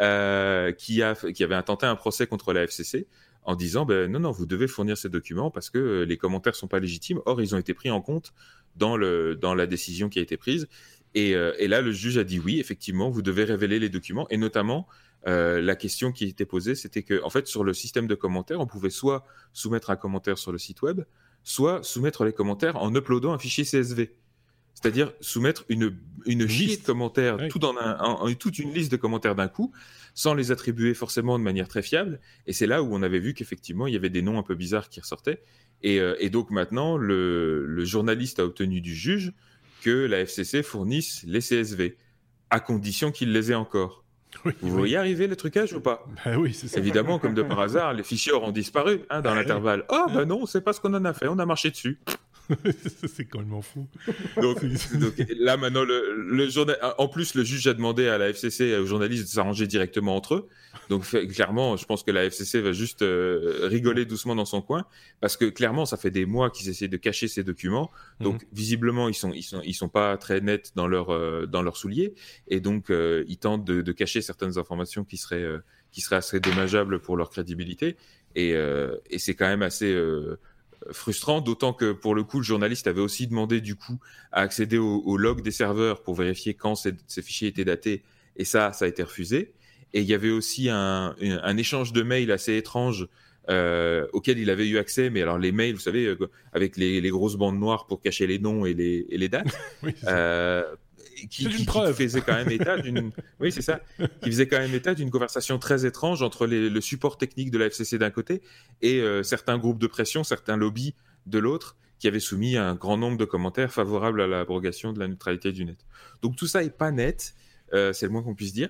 euh, qui, a, qui avait intenté un procès contre la F C C, en disant ben, non, non, vous devez fournir ces documents parce que les commentaires ne sont pas légitimes. Or, ils ont été pris en compte dans, le, dans la décision qui a été prise. Et, euh, et là, le juge a dit oui, effectivement, vous devez révéler les documents. Et notamment, euh, la question qui était posée, c'était que, en fait, sur le système de commentaires, on pouvait soit soumettre un commentaire sur le site web, soit soumettre les commentaires en uploadant un fichier C S V. C'est-à-dire soumettre une, une chier de commentaires, oui. tout dans un, un, toute une liste de commentaires d'un coup, sans les attribuer forcément de manière très fiable. Et c'est là où on avait vu qu'effectivement, il y avait des noms un peu bizarres qui ressortaient. Et, euh, et donc maintenant, le, le journaliste a obtenu du juge que la F C C fournisse les C S V, à condition qu'il les ait encore. Oui, Vous oui. voyez arriver le trucage ou pas? Ben oui, c'est ça. Évidemment, comme de par hasard, les fichiers auront disparu hein, dans ah, l'intervalle. Oh, ben non, c'est pas ce qu'on en a fait, on a marché dessus. C'est complètement fou. Donc, donc là maintenant, le, le journal... en plus, le juge a demandé à la F C C et aux journalistes de s'arranger directement entre eux. Donc fait, clairement, je pense que la F C C va juste euh, rigoler doucement dans son coin, parce que clairement, ça fait des mois qu'ils essaient de cacher ces documents. Donc mm-hmm. visiblement, ils sont ils sont ils sont pas très nets dans leur euh, dans leurs souliers, et donc euh, ils tentent de, de cacher certaines informations qui seraient euh, qui seraient assez dommageables pour leur crédibilité. Et, euh, et c'est quand même assez euh, frustrant, d'autant que pour le coup le journaliste avait aussi demandé du coup à accéder au, au log des serveurs pour vérifier quand ces, ces fichiers étaient datés, et ça ça a été refusé. Et il y avait aussi un, un, un échange de mails assez étrange euh, auquel il avait eu accès, mais alors les mails, vous savez, euh, avec les, les grosses bandes noires pour cacher les noms et les, et les dates, oui, euh, qui, qui, qui faisait quand même état d'une, oui c'est ça, qui faisait quand même état d'une conversation très étrange entre les, le support technique de la F C C d'un côté et euh, certains groupes de pression, certains lobbies de l'autre, qui avaient soumis un grand nombre de commentaires favorables à l'abrogation de la neutralité du net. Donc tout ça est pas net. Euh, c'est le moins qu'on puisse dire,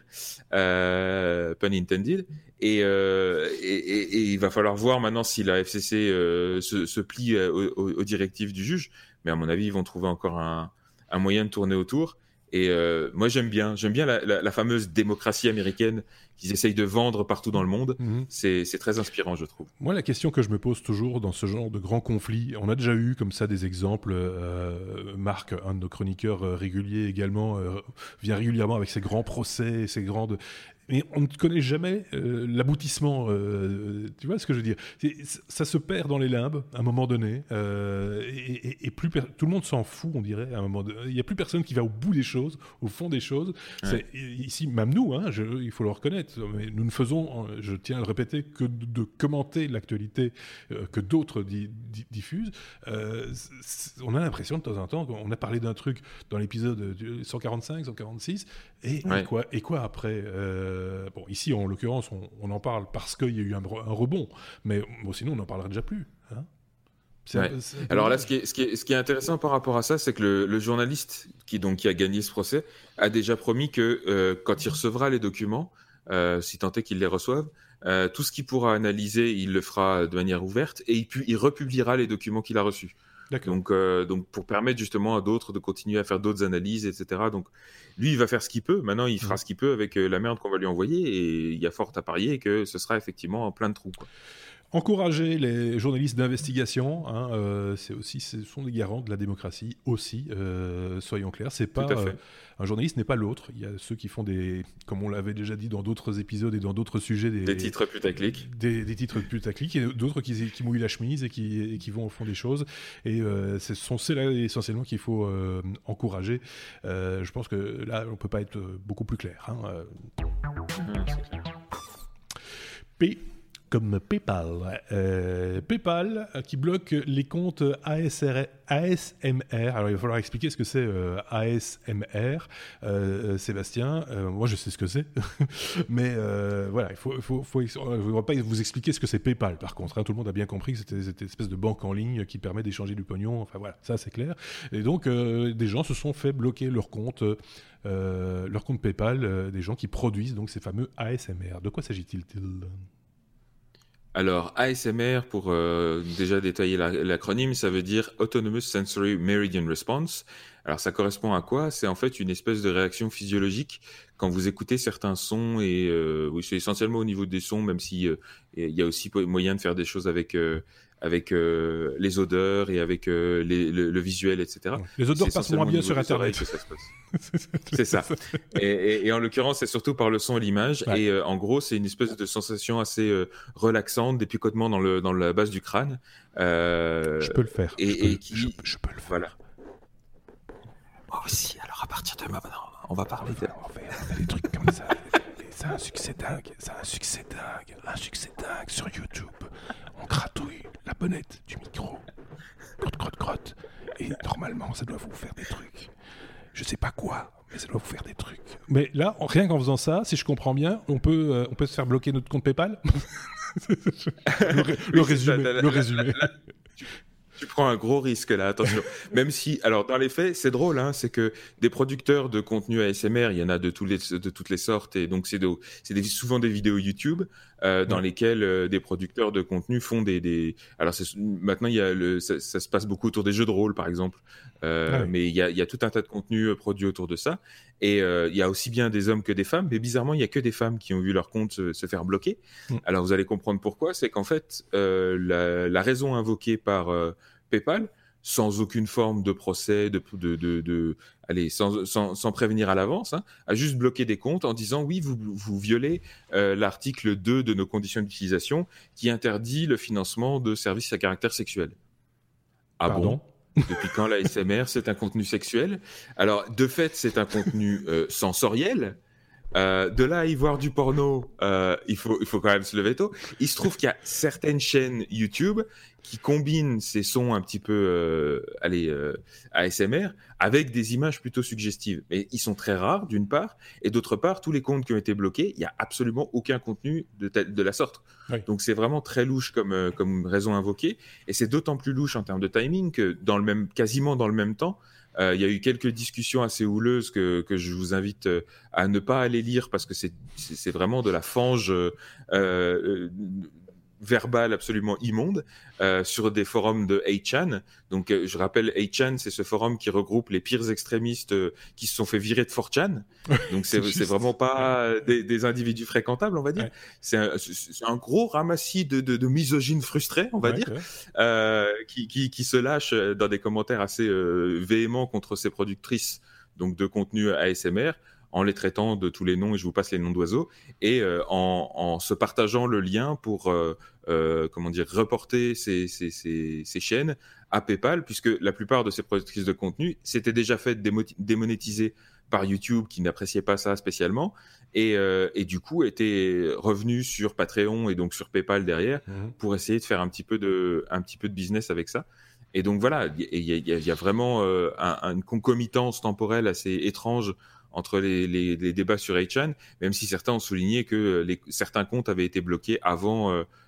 euh, pun intended, et, euh, et, et, et il va falloir voir maintenant si la F C C euh, se, se plie euh, aux, aux directives du juge, mais à mon avis ils vont trouver encore un, un moyen de tourner autour. Et euh, moi j'aime bien, j'aime bien la, la, la fameuse démocratie américaine qu'ils essayent de vendre partout dans le monde. Mmh. C'est, c'est très inspirant, je trouve. Moi, la question que je me pose toujours dans ce genre de grands conflits, on a déjà eu comme ça des exemples. Euh, Marc, un de nos chroniqueurs euh, réguliers également, euh, vient régulièrement avec ses grands procès, ses grandes... Mais on ne connaît jamais euh, l'aboutissement. Euh, tu vois ce que je veux dire? C'est, ça se perd dans les limbes à un moment donné, euh, et, et, et plus per- tout le monde s'en fout, on dirait. À un moment donné, il n'y a plus personne qui va au bout des choses, au fond des choses. Ouais. C'est, ici, même nous, hein, je, il faut le reconnaître, mais nous ne faisons, je tiens à le répéter, que de, de commenter l'actualité euh, que d'autres di, di, diffusent. Euh, on a l'impression de temps en temps qu'on a parlé d'un truc dans l'épisode cent quarante-cinq, cent quarante-six, et, ouais. et quoi, et quoi après? Euh, Euh, bon, ici, en l'occurrence, on, on en parle parce qu'il y a eu un, un rebond, mais bon, sinon, on n'en parlerait déjà plus. Hein, C'est ouais. un, c'est un Alors là, ce qui, est, ce, qui est, ce qui est intéressant par rapport à ça, c'est que le, le journaliste qui, donc, qui a gagné ce procès a déjà promis que euh, quand il recevra les documents, euh, si tant est qu'il les reçoive, euh, tout ce qu'il pourra analyser, il le fera de manière ouverte et il, pu, il republiera les documents qu'il a reçus. D'accord. Donc, euh, donc, pour permettre justement à d'autres de continuer à faire d'autres analyses, et cetera. Donc, lui, il va faire ce qu'il peut. Maintenant, il fera mmh. ce qu'il peut avec la merde qu'on va lui envoyer et il y a fort à parier que ce sera effectivement plein de trous, quoi. Encourager les journalistes d'investigation, hein, euh, c'est aussi, ce sont des garants de la démocratie aussi. Euh, soyons clairs, c'est pas euh, un journaliste n'est pas l'autre. Il y a ceux qui font des, comme on l'avait déjà dit dans d'autres épisodes et dans d'autres sujets, des, des titres putaclic, des, des titres putaclic, et d'autres qui, qui mouillent la chemise et qui, et qui vont au fond des choses. Et euh, ce sont ceux-là essentiellement qu'il faut euh, encourager. Euh, je pense que là, on peut pas être beaucoup plus clair. Hein. Mmh, c'est clair. P. Comme PayPal. Euh, PayPal euh, qui bloque les comptes A S R, A S M R. Alors il va falloir expliquer ce que c'est euh, A S M R, euh, Sébastien. Euh, moi je sais ce que c'est, mais euh, voilà, il faut, il faut, faut, je ne vais pas vous expliquer ce que c'est PayPal. Par contre, hein, tout le monde a bien compris que c'était cette espèce de banque en ligne qui permet d'échanger du pognon. Enfin voilà, ça c'est clair. Et donc euh, des gens se sont fait bloquer leur compte. Euh, leur compte PayPal, euh, des gens qui produisent donc ces fameux A S M R. De quoi s'agit-il ? Alors, A S M R, pour euh, déjà détailler la, l'acronyme, ça veut dire Autonomous Sensory Meridian Response. Alors, ça correspond à quoi ? C'est en fait une espèce de réaction physiologique quand vous écoutez certains sons, et euh, oui, c'est essentiellement au niveau des sons, même si euh, il y a aussi moyen de faire des choses avec euh, avec euh, les odeurs et avec euh, les, le, le visuel, et cetera. Les odeurs passent moins bien sur Internet. Que ça se passe. C'est ça. Et, et, et en l'occurrence, c'est surtout par le son et l'image. Ouais. Et euh, en gros, c'est une espèce de sensation assez euh, relaxante, des picotements dans, le, dans la base du crâne. Euh, je peux le faire. Et, je, peux, et qui... je, je peux le faire. Voilà. Moi aussi. Alors, à partir de maintenant, on va parler de... On fait, on fait des trucs comme ça. C'est un succès dingue. C'est un succès dingue. Un succès dingue sur YouTube. On gratouille la bonnette du micro. Crotte, crotte, crotte. Et normalement, ça doit vous faire des trucs. Je sais pas quoi, mais ça doit vous faire des trucs. Mais là, rien qu'en faisant ça, si je comprends bien, on peut, euh, on peut se faire bloquer notre compte PayPal. le, ré- oui, le résumé. Ça, la, le résumé. La, la, la, tu, tu prends un gros risque là, attention. Même si, alors dans les faits, c'est drôle, hein, c'est que des producteurs de contenu A S M R, il y en a de, tous les, de toutes les sortes, et donc c'est, de, c'est des, souvent des vidéos YouTube. Euh, dans ouais. lesquels euh, des producteurs de contenu font des, des... alors c'est... maintenant il y a le... ça, ça se passe beaucoup autour des jeux de rôle par exemple, euh, ouais. mais il y a, il y a tout un tas de contenus produits autour de ça, et euh, il y a aussi bien des hommes que des femmes, mais bizarrement il y a que des femmes qui ont vu leur compte se, se faire bloquer. Mm. Alors vous allez comprendre pourquoi, c'est qu'en fait euh, la, la raison invoquée par euh, PayPal, sans aucune forme de procès, de, de, de, de allez, sans, sans, sans prévenir à l'avance, hein, a juste bloqué des comptes en disant oui, vous, vous violez euh, l'article deux de nos conditions d'utilisation qui interdit le financement de services à caractère sexuel. Ah Pardon ? Bon ? Depuis quand l'A S M R c'est un contenu sexuel ? Alors de fait c'est un contenu euh, sensoriel. Euh, de là à y voir du porno, euh, il faut, il faut quand même se lever tôt. Il se trouve qu'il y a certaines chaînes YouTube qui combinent ces sons un petit peu euh, allez, euh, A S M R avec des images plutôt suggestives. Mais ils sont très rares, d'une part, et d'autre part, tous les comptes qui ont été bloqués, il n'y a absolument aucun contenu de, tel, de la sorte. Oui. Donc c'est vraiment très louche comme, euh, comme raison invoquée, et c'est d'autant plus louche en termes de timing que dans le même, quasiment dans le même temps, il euh, y a eu quelques discussions assez houleuses que, que je vous invite euh, à ne pas aller lire parce que c'est, c'est, c'est vraiment de la fange euh, euh, verbale absolument immonde euh, sur des forums de eight chan. Donc euh, je rappelle, eight chan, c'est ce forum qui regroupe les pires extrémistes euh, qui se sont fait virer de four chan. Donc c'est, c'est, c'est vraiment pas ouais. des, des individus fréquentables, on va dire. Ouais. C'est, un, c'est un gros ramassis de, de, de misogynes frustrés, on va ouais, dire, ouais. Euh, qui, qui, qui se lâchent dans des commentaires assez euh, véhéments contre ces productrices donc de contenu A S M R, en les traitant de tous les noms, et je vous passe les noms d'oiseaux, et euh, en, en se partageant le lien pour euh, euh, comment dire, reporter ces, ces, ces, ces chaînes à PayPal, puisque la plupart de ces productrices de contenu s'étaient déjà fait démo- démonétiser par YouTube, qui n'appréciait pas ça spécialement, et, euh, et du coup étaient revenus sur Patreon et donc sur PayPal derrière, mmh. pour essayer de faire un petit peu de, un petit peu de business avec ça. Et donc voilà, il y, y, y a vraiment euh, un, une concomitance temporelle assez étrange entre les, les, les débats sur eight chan, même si certains ont souligné que les, certains comptes avaient été bloqués avant euh,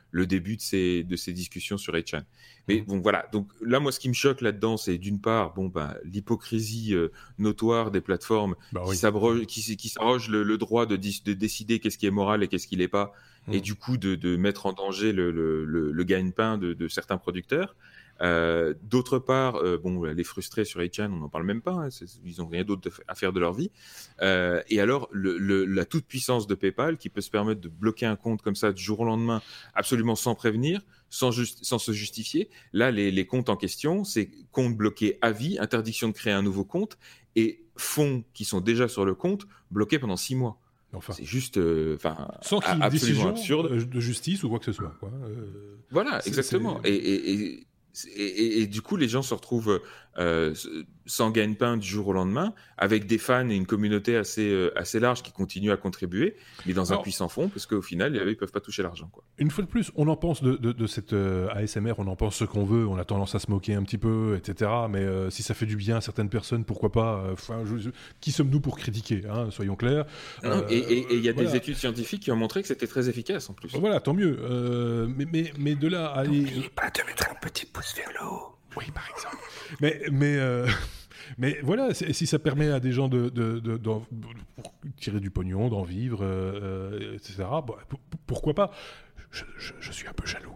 le début de ces, de ces discussions sur eight chan. Mais bon, voilà. Donc là, moi, ce qui me choque là-dedans, c'est d'une part, bon, bah, l'hypocrisie euh, notoire des plateformes bah, qui, oui. s'abrogent, qui, qui s'arrogent le, le droit de, de décider qu'est-ce qui est moral et qu'est-ce qui l'est pas, mmh. et du coup de, de mettre en danger le, le, le, le gagne-pain de, de certains producteurs. Euh, d'autre part, euh, bon, les frustrés sur eight chan, on n'en parle même pas, hein, ils n'ont rien d'autre à faire de leur vie. Euh, et alors, le, le, la toute-puissance de PayPal qui peut se permettre de bloquer un compte comme ça du jour au lendemain, absolument sans prévenir, sans, juste, sans se justifier. Là, les, les comptes en question, c'est compte bloqué à vie, interdiction de créer un nouveau compte, et fonds qui sont déjà sur le compte bloqués pendant six mois. Enfin, c'est juste, euh, sans qu'il y ait une décision absurde de justice ou quoi que ce soit. Quoi. Euh, voilà, c'est, exactement. C'est... Et, et, et, et, et, et du coup, les gens se retrouvent euh, sans gagne-pain du jour au lendemain, avec des fans et une communauté assez, euh, assez large qui continue à contribuer, mais dans Alors, un puissant fond, parce qu'au final, ils ne peuvent pas toucher l'argent. Quoi. Une fois de plus, on en pense de, de, de cette euh, A S M R, on en pense ce qu'on veut, on a tendance à se moquer un petit peu, et cetera. Mais euh, si ça fait du bien à certaines personnes, pourquoi pas euh, je, je, Qui sommes-nous pour critiquer, hein, soyons clairs. Euh, et il y a voilà. des études scientifiques qui ont montré que c'était très efficace en plus. Voilà, tant mieux. Euh, mais, mais, mais de là à aller... N'oubliez pas de mettre un petit pouce vers le haut. Oui, par exemple. mais... mais euh... Mais voilà, si ça permet à des gens de, de, de, de, de tirer du pognon, d'en vivre, euh, et cetera, bon, p- pourquoi pas je, je, je suis un peu jaloux.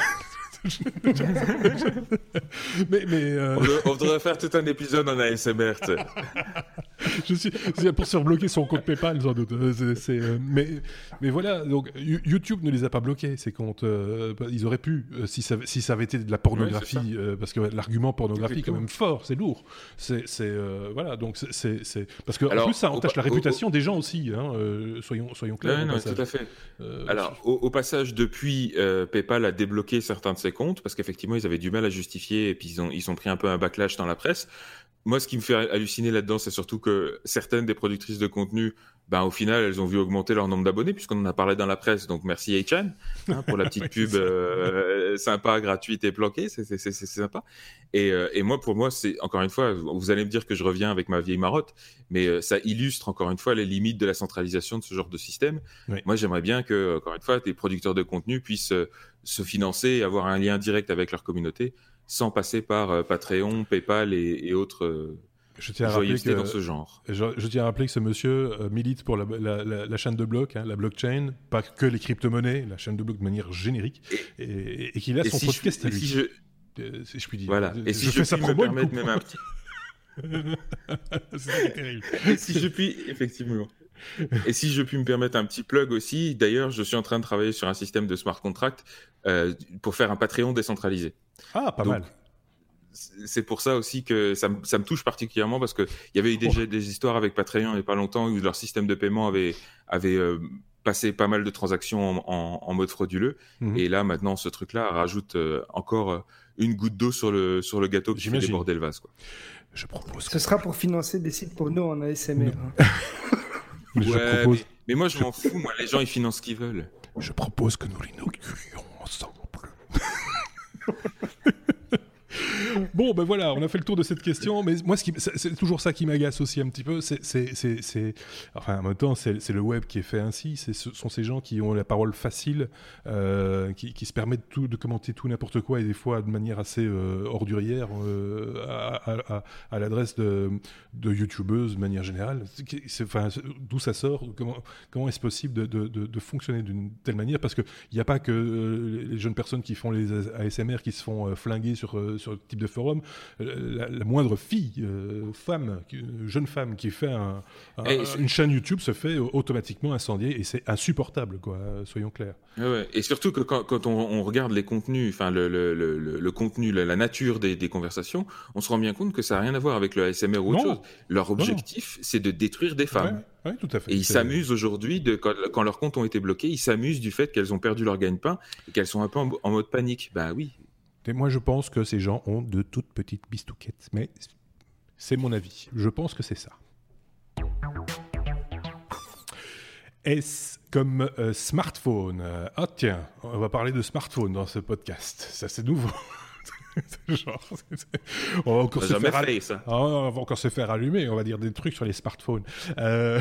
mais, mais euh... on, on devrait faire tout un épisode en A S M R. je suis c'est pour se rebloquer son compte PayPal sans doute. C'est, c'est, euh, mais, mais voilà, donc YouTube ne les a pas bloqués ces comptes. Euh, ils auraient pu euh, si, ça, si ça avait été de la pornographie, ouais, euh, parce que l'argument pornographie est quand même fort, c'est lourd. C'est, c'est euh, voilà, donc c'est, c'est, c'est... parce que Alors, en plus ça entache au, la réputation au, au... des gens aussi. Hein, euh, soyons soyons clairs. Ouais, non, tout à fait. Euh, Alors au, au passage, depuis euh, PayPal a débloqué certains de ses comptes parce qu'effectivement ils avaient du mal à justifier et puis ils ont ils ont pris un peu un backlash dans la presse. Moi, ce qui me fait halluciner là-dedans, c'est surtout que certaines des productrices de contenu, ben, au final, elles ont vu augmenter leur nombre d'abonnés, puisqu'on en a parlé dans la presse. Donc, merci eight chan hein, pour la petite pub euh, sympa, gratuite et planquée. C'est, c'est, c'est, c'est sympa. Et, euh, et moi, pour moi, c'est encore une fois, vous allez me dire que je reviens avec ma vieille marotte, mais euh, ça illustre encore une fois les limites de la centralisation de ce genre de système. Oui. Moi, j'aimerais bien que, encore une fois, des producteurs de contenu puissent euh, se financer et avoir un lien direct avec leur communauté, sans passer par euh, Patreon, PayPal et, et autres euh, je tiens à rappeler que, dans ce genre. Je, je tiens à rappeler que ce monsieur euh, milite pour la, la, la, la chaîne de blocs, hein, la blockchain, pas que les crypto-monnaies, la chaîne de blocs de manière générique, et, et, et qu'il a son si podcast je, à lui. Si je, euh, si je puis dire. Voilà. Et je, si je je, fais ça puis me permettre même un petit... C'est terrible. Et si je puis, effectivement... Et si je puis me permettre un petit plug aussi, d'ailleurs, je suis en train de travailler sur un système de smart contract euh, pour faire un Patreon décentralisé. Ah, pas Donc, mal. C'est pour ça aussi que ça me, ça me touche particulièrement parce qu'il y avait eu déjà oh. des histoires avec Patreon il n'y a pas longtemps où leur système de paiement avait, avait euh, passé pas mal de transactions en, en, en mode frauduleux. Mm-hmm. Et là, maintenant, ce truc-là rajoute euh, encore une goutte d'eau sur le, sur le gâteau qui J'imagine. fait déborder le vase. Quoi. Je propose. Ce sera pour financer des sites pour nous en A S M R. Hein. Mais, ouais, je propose... mais, mais moi, je m'en fous. Moi, les gens, ils financent ce qu'ils veulent. Je propose que nous l'inaugurions ensemble. Bon, ben voilà, on a fait le tour de cette question, mais moi, ce qui, c'est, c'est toujours ça qui m'agace aussi un petit peu, c'est, c'est, c'est, c'est enfin, en même temps, c'est, c'est le web qui est fait ainsi, c'est, ce sont ces gens qui ont la parole facile, euh, qui, qui se permettent tout, de commenter tout n'importe quoi, et des fois de manière assez euh, ordurière, euh, à, à, à l'adresse de, de youtubeuses de manière générale. C'est, enfin, d'où ça sort, comment, comment est-ce possible de, de, de, de fonctionner d'une telle manière, parce qu'il n'y a pas que euh, les jeunes personnes qui font les A S M R qui se font euh, flinguer sur, euh, sur le type de forum, la, la moindre fille, euh, femme, jeune femme qui fait un, un, un, une chaîne YouTube se fait automatiquement incendier et c'est insupportable, quoi, soyons clairs. Ouais, et surtout que quand, quand on, on regarde les contenus, enfin le, le, le, le contenu, la, la nature des, des conversations, on se rend bien compte que ça n'a rien à voir avec le A S M R ou autre non. chose. Leur objectif, non. c'est de détruire des femmes. Ouais, ouais, tout à fait. Et ils c'est... s'amusent aujourd'hui, de, quand, quand leurs comptes ont été bloqués, ils s'amusent du fait qu'elles ont perdu leur gagne-pain et qu'elles sont un peu en, en mode panique. Bah oui. Et moi, je pense que ces gens ont de toutes petites bistouquettes. Mais c'est mon avis. Je pense que c'est ça. S comme euh, smartphone. Ah tiens, on va parler de smartphone dans ce podcast. Ça, c'est nouveau. Genre, c'est, c'est... On va encore on se jamais faire fait, ça. Ah, on va encore se faire allumer, on va dire des trucs sur les smartphones. Euh...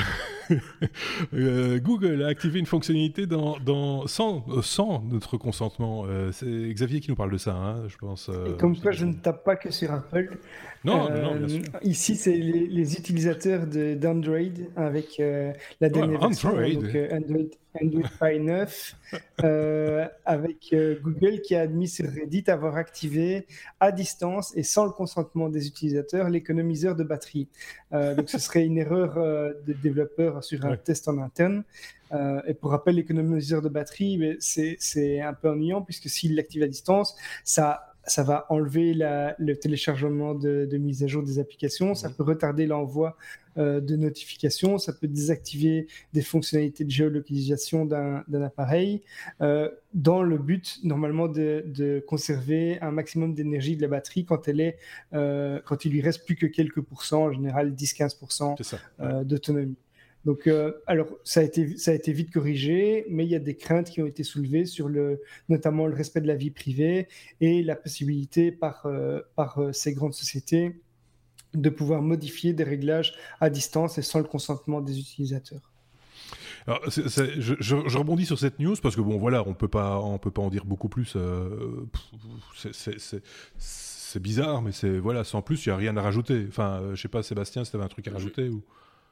euh, Google a activé une fonctionnalité dans, dans... Sans, euh, sans notre consentement. Euh, c'est Xavier qui nous parle de ça, hein, je pense. Euh, Et comme quoi, je ne tape pas que sur Apple. Non, euh, non, bien sûr. Ici, c'est les, les utilisateurs de, d'Android avec euh, la dernière Ouais, version, Android. donc euh, Android, Android Pie neuf, euh, avec euh, Google qui a admis sur Reddit avoir activé à distance et sans le consentement des utilisateurs l'économiseur de batterie. Euh, donc, ce serait une erreur euh, de développeur sur un Ouais. test en interne. Euh, et pour rappel, l'économiseur de batterie, mais c'est, c'est un peu ennuyant puisque s'il l'active à distance, ça ça va enlever la, le téléchargement de, de mise à jour des applications, ça peut retarder l'envoi euh, de notifications, ça peut désactiver des fonctionnalités de géolocalisation d'un, d'un appareil, euh, dans le but normalement de, de conserver un maximum d'énergie de la batterie quand elle est, euh, quand il lui reste plus que quelques pourcents, en général dix à quinze pour cent euh, d'autonomie. Donc, euh, alors, ça a, été, ça a été vite corrigé, mais il y a des craintes qui ont été soulevées sur le, notamment le respect de la vie privée et la possibilité par, euh, par euh, ces grandes sociétés de pouvoir modifier des réglages à distance et sans le consentement des utilisateurs. Alors, c'est, c'est, je, je, je rebondis sur cette news parce que bon, voilà, on peut pas, on peut pas en dire beaucoup plus. Euh, c'est, c'est, c'est, c'est bizarre, mais c'est voilà, sans plus, il y a rien à rajouter. Enfin, euh, je sais pas, Sébastien, si tu avais un truc à rajouter ou.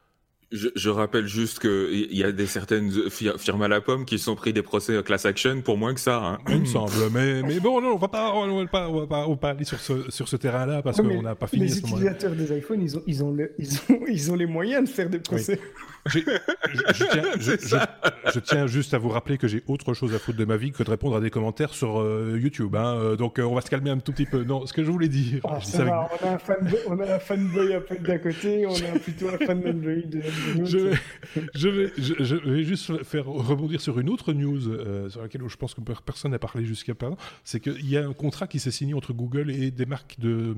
Je, je rappelle juste qu'il y a des certaines fir- firmes à la pomme qui se sont pris des procès class action pour moins que ça. Hein. Il me semble, mais, mais bon, non, on va pas, on va pas, on va pas, on va pas aller sur ce, sur ce terrain-là parce Non, qu'on n'a pas fini. Les à ce utilisateurs des iPhones, ils ont, ils, ont le, ils, ont, ils ont les moyens de faire des procès. Oui. Je, je, tiens, je, je, je tiens juste à vous rappeler que j'ai autre chose à foutre de ma vie que de répondre à des commentaires sur euh, YouTube. Hein. Euh, donc euh, on va se calmer un tout petit peu. Non, ce que je voulais dire. Ah, je ça va, avec... on, a un fanboy, on a un fanboy Apple d'un côté, on a plutôt un fan d'Android de, de l'autre. Je vais, je, vais, je, je vais juste faire rebondir sur une autre news euh, sur laquelle je pense que personne n'a parlé jusqu'à présent. C'est qu'il y a un contrat qui s'est signé entre Google et des marques de,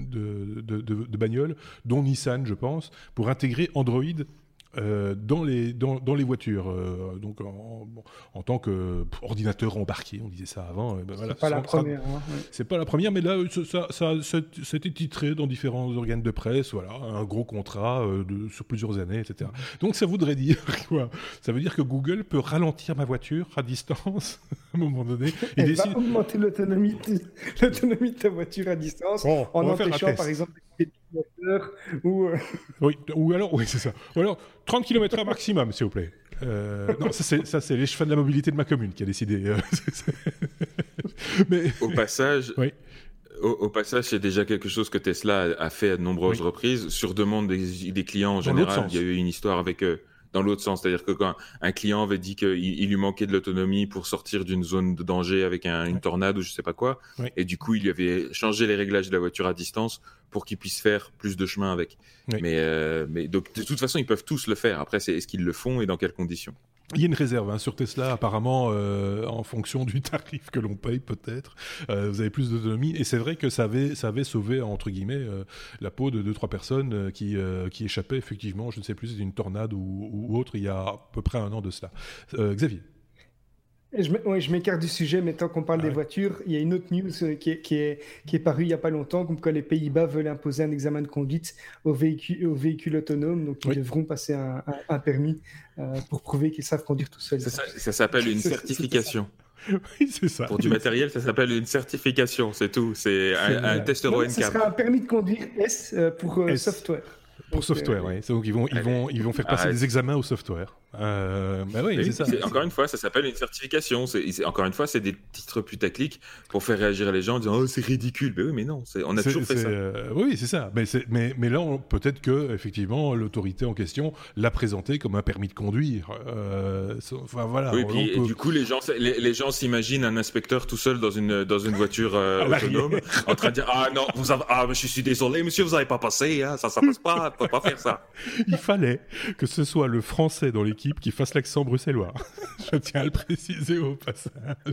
de, de, de, de bagnoles, dont Nissan, je pense, pour intégrer Android Euh, dans, les, dans, dans les voitures, euh, donc en, en tant qu'ordinateur embarqué, on disait ça avant. Euh, ben voilà, c'est pas ça, la première. Ça, hein, ouais. C'est pas la première, mais là, ça, ça, ça, c'était titré dans différents organes de presse, voilà, un gros contrat euh, de, sur plusieurs années, et cetera. Donc ça voudrait dire quoi? Ça veut dire que Google peut ralentir ma voiture à distance, à un moment donné. Et Elle décide... va augmenter l'autonomie de, l'autonomie de ta voiture à distance bon, en empêchant, par exemple, les moteurs ou... Euh... Oui, ou alors, oui, c'est ça. Ou alors, trente kilomètres heure maximum, s'il vous plaît. Euh, non, ça c'est, ça, c'est les chefs de la mobilité de ma commune qui a décidé. Euh, c'est, c'est... Mais... Au passage... Oui. Au, au passage, c'est déjà quelque chose que Tesla a fait à de nombreuses oui. reprises, sur demande des, des clients en Dans général. Il y a eu une histoire avec... Euh, dans l'autre sens, c'est-à-dire que quand un client avait dit qu'il il lui manquait de l'autonomie pour sortir d'une zone de danger avec un, une tornade ou je sais pas quoi, oui. et du coup il lui avait changé les réglages de la voiture à distance pour qu'il puisse faire plus de chemin avec. Oui. Mais, euh, mais donc de toute façon ils peuvent tous le faire. Après c'est est-ce qu'ils le font et dans quelles conditions? Il y a une réserve hein, sur Tesla, apparemment, euh, en fonction du tarif que l'on paye, peut-être. Euh, vous avez plus d'autonomie. Et c'est vrai que ça avait, ça avait sauvé, entre guillemets, euh, la peau de deux, trois personnes euh, qui, euh, qui échappaient, effectivement, je ne sais plus, c'était une tornade ou, ou autre, il y a à peu près un an de cela. Euh, Xavier? Je, oui, je m'écarte du sujet, mais tant qu'on parle ah des ouais. voitures, il y a une autre news qui est, qui est, qui est parue il n'y a pas longtemps, comme quoi les Pays-Bas veulent imposer un examen de conduite aux véhicules, aux véhicules autonomes, donc ils oui. devront passer un, un, un permis euh, pour prouver qu'ils savent conduire tout seuls. Ça, ça, ça s'appelle une certification. Oui, c'est ça. Pour du matériel, ça s'appelle une certification, c'est tout. C'est, c'est un, un test Euro N C A M. Ce sera un permis de conduire S euh, pour euh, S. software. Pour donc, software, euh, oui. Donc ils vont, ils vont, ils vont faire passer Arrête. des examens au software. Euh, bah oui, oui, c'est ça. C'est, encore une fois, ça s'appelle une certification. C'est, c'est, encore une fois, c'est des titres putaclic pour faire réagir les gens en disant oh c'est ridicule. Mais oui, mais non, c'est, on a c'est, toujours fait c'est, ça. Euh, oui, c'est ça. Mais, c'est, mais, mais là, on, peut-être que effectivement, l'autorité en question l'a présenté comme un permis de conduire. Euh, enfin voilà. Oui, on, puis, on peut... et du coup, les gens, les, les gens s'imaginent un inspecteur tout seul dans une dans une voiture euh, autonome, en train de dire ah non, vous avez, ah je suis désolé, monsieur, vous n'avez pas passé, hein, ça ça passe pas, on peut pas faire ça. Il fallait que ce soit le français dans l'équipe qui fasse l'accent bruxellois. Je tiens à le préciser au passage.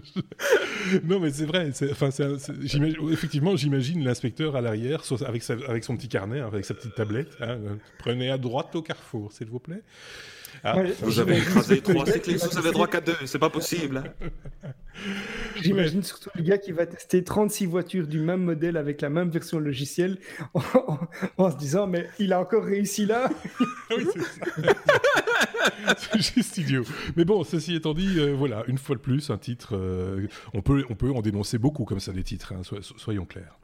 Non, mais c'est vrai. C'est, enfin, c'est, c'est, j'imagine, effectivement, j'imagine l'inspecteur à l'arrière avec, sa, avec son petit carnet, avec sa petite tablette. Hein, prenez à droite au carrefour, s'il vous plaît. Ah, ouais, vous avez écrasé trois cyclistes, vous avez droit qu'à deux, c'est pas possible. Hein. J'imagine surtout le gars qui va tester trente-six voitures du même modèle avec la même version logicielle en, en, en se disant mais il a encore réussi là. Oui, c'est ça. C'est juste idiot. Mais bon, ceci étant dit, euh, voilà, une fois de plus, un titre, euh, on, peut, on peut en dénoncer beaucoup comme ça des titres, hein, so, soyons clairs.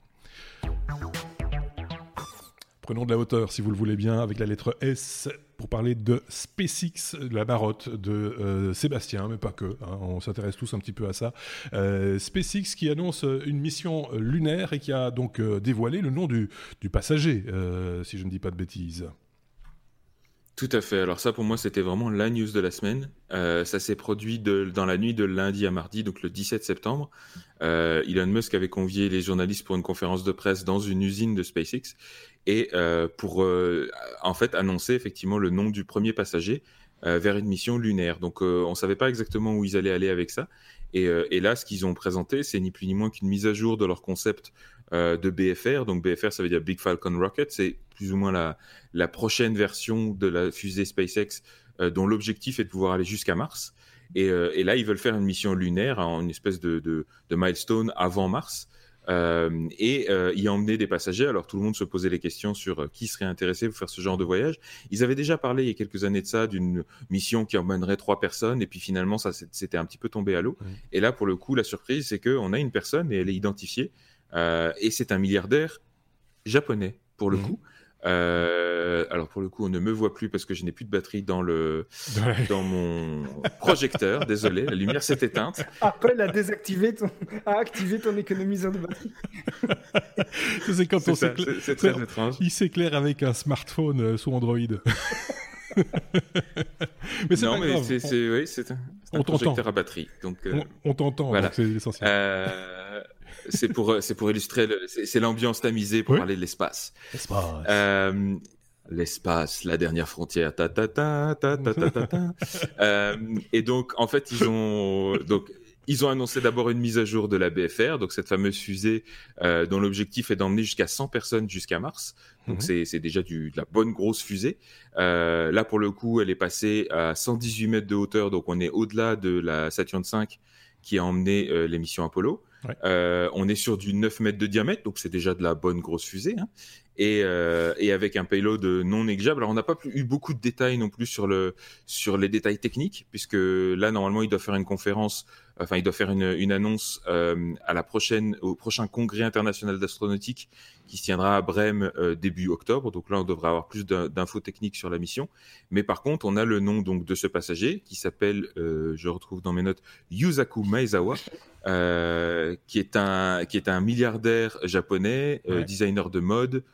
Prenons de la hauteur, si vous le voulez bien, avec la lettre S, pour parler de SpaceX, la marotte de euh, Sébastien, mais pas que, hein, on s'intéresse tous un petit peu à ça. Euh, SpaceX qui annonce une mission lunaire et qui a donc euh, dévoilé le nom du, du passager, euh, si je ne dis pas de bêtises. Tout à fait. Alors ça, pour moi, c'était vraiment la news de la semaine. Euh, ça s'est produit de, dans la nuit de lundi à mardi, donc le dix-sept septembre. Euh, Elon Musk avait convié les journalistes pour une conférence de presse dans une usine de SpaceX et euh, pour euh, en fait annoncer effectivement le nom du premier passager euh, vers une mission lunaire. Donc euh, on ne savait pas exactement où ils allaient aller avec ça. Et, euh, et là, ce qu'ils ont présenté, c'est ni plus ni moins qu'une mise à jour de leur concept euh, de B F R. Donc B F R, ça veut dire Big Falcon Rocket. C'est plus ou moins la, la prochaine version de la fusée SpaceX euh, dont l'objectif est de pouvoir aller jusqu'à Mars. Et, euh, et là, ils veulent faire une mission lunaire, hein, une espèce de, de, de milestone avant Mars. Euh, et euh, y emmener des passagers. Alors tout le monde se posait les questions sur euh, qui serait intéressé pour faire ce genre de voyage. Ils avaient déjà parlé il y a quelques années de ça, d'une mission qui emmènerait trois personnes, et puis finalement ça c'était un petit peu tombé à l'eau. Mmh. Et là pour le coup la surprise c'est qu'on a une personne et elle est identifiée, euh, et c'est un milliardaire japonais pour le mmh. coup. Euh, alors pour le coup on ne me voit plus parce que je n'ai plus de batterie dans le ouais. dans mon projecteur, désolé, la lumière s'est éteinte. Apple a désactivé ton a activé ton économiseur de batterie. C'est quand c'est on ça, s'éclaire... c'est, c'est très étrange. Il s'éclaire avec un smartphone euh, sous Android. Mais c'est non, pas mais grave. C'est, c'est, oui, c'est un, c'est un on projecteur t'entend. À batterie. Donc, euh, on, on t'entend, voilà. Donc c'est essentiel. Euh, c'est, pour, c'est pour illustrer, le, c'est, c'est l'ambiance tamisée pour oui. parler de l'espace. L'espace. Euh, l'espace, la dernière frontière. Ta, ta, ta, ta, ta, ta, ta, ta. euh, et donc, en fait, ils ont... Donc, Ils ont annoncé d'abord une mise à jour de la B F R, donc cette fameuse fusée euh, dont l'objectif est d'emmener jusqu'à cent personnes jusqu'à Mars. Donc mmh. c'est, c'est déjà du, de la bonne grosse fusée. Euh, là, pour le coup, elle est passée à cent dix-huit mètres de hauteur, donc on est au-delà de la Saturn cinq qui a emmené euh, les missions Apollo. Ouais. Euh, on est sur du neuf mètres de diamètre, donc c'est déjà de la bonne grosse fusée. Hein. Et, euh, et avec un payload non négligeable. Alors on n'a pas eu beaucoup de détails non plus sur, le, sur les détails techniques, puisque là, normalement, il doit faire une conférence, enfin, il doit faire une, une annonce euh, à la prochaine, au prochain congrès international d'astronautique qui se tiendra à Brême euh, début octobre. Donc là, on devrait avoir plus d'infos techniques sur la mission. Mais par contre, on a le nom donc, de ce passager qui s'appelle, euh, je retrouve dans mes notes, Yusaku Maezawa, euh, qui, est un, qui est un milliardaire japonais, euh, ouais. designer de mode,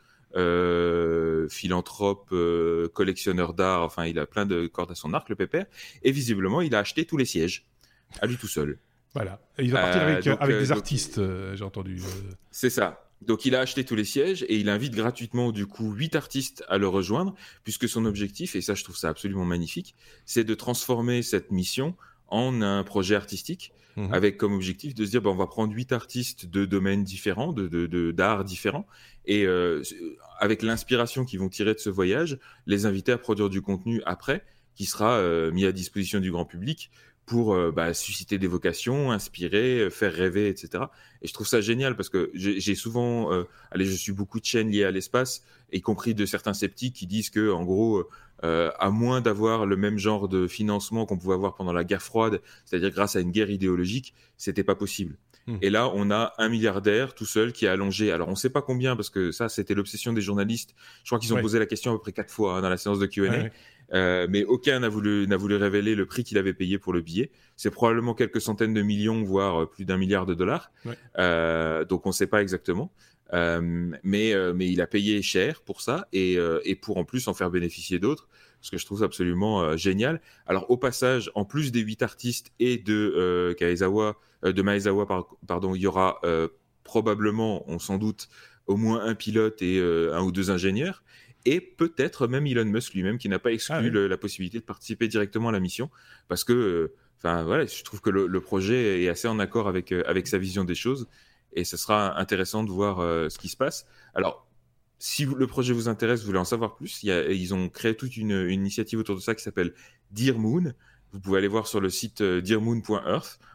Euh, philanthrope, euh, collectionneur d'art, enfin il a plein de cordes à son arc, le pépère, et visiblement il a acheté tous les sièges à lui tout seul. Voilà, et il va partir euh, avec, donc, avec des donc, artistes, euh, j'ai entendu. Euh... C'est ça. Donc il a acheté tous les sièges et il invite gratuitement du coup huit artistes à le rejoindre, puisque son objectif, et ça je trouve ça absolument magnifique, c'est de transformer cette mission en un projet artistique, mmh. avec comme objectif de se dire, bah, on va prendre huit artistes de domaines différents, de, de, de, d'arts différents, et euh, avec l'inspiration qu'ils vont tirer de ce voyage, les inviter à produire du contenu après, qui sera euh, mis à disposition du grand public pour euh, bah, susciter des vocations, inspirer, faire rêver, et cetera. Et je trouve ça génial parce que j'ai, j'ai souvent, euh, allez, je suis beaucoup de chaînes liées à l'espace, y compris de certains sceptiques qui disent que, en gros, euh, à moins d'avoir le même genre de financement qu'on pouvait avoir pendant la guerre froide, c'est-à-dire grâce à une guerre idéologique, c'était pas possible. Mmh. Et là, on a un milliardaire tout seul qui a allongé. Alors, on ne sait pas combien parce que ça, c'était l'obsession des journalistes. Je crois qu'ils ont ouais. posé la question à peu près quatre fois hein, dans la séance de Q and A. Ouais, ouais. Euh, mais aucun n'a voulu, n'a voulu révéler le prix qu'il avait payé pour le billet. C'est probablement quelques centaines de millions, voire plus d'un milliard de dollars. Ouais. Euh, donc, on ne sait pas exactement. Euh, mais, euh, mais il a payé cher pour ça et, euh, et pour en plus en faire bénéficier d'autres, ce que je trouve absolument euh, génial. Alors, au passage, en plus des huit artistes et de, euh, Kaezawa, euh, de Maezawa, par, pardon, il y aura euh, probablement, on s'en doute, au moins un pilote et euh, un ou deux ingénieurs. Et peut-être même Elon Musk lui-même qui n'a pas exclu ah, oui. le, la possibilité de participer directement à la mission parce que enfin euh, voilà, je trouve que le, le projet est assez en accord avec, euh, avec sa vision des choses et ce sera intéressant de voir euh, ce qui se passe. Alors, si vous, le projet vous intéresse, vous voulez en savoir plus, il y a, ils ont créé toute une, une initiative autour de ça qui s'appelle Dear Moon. Vous pouvez aller voir sur le site dear moon point earth.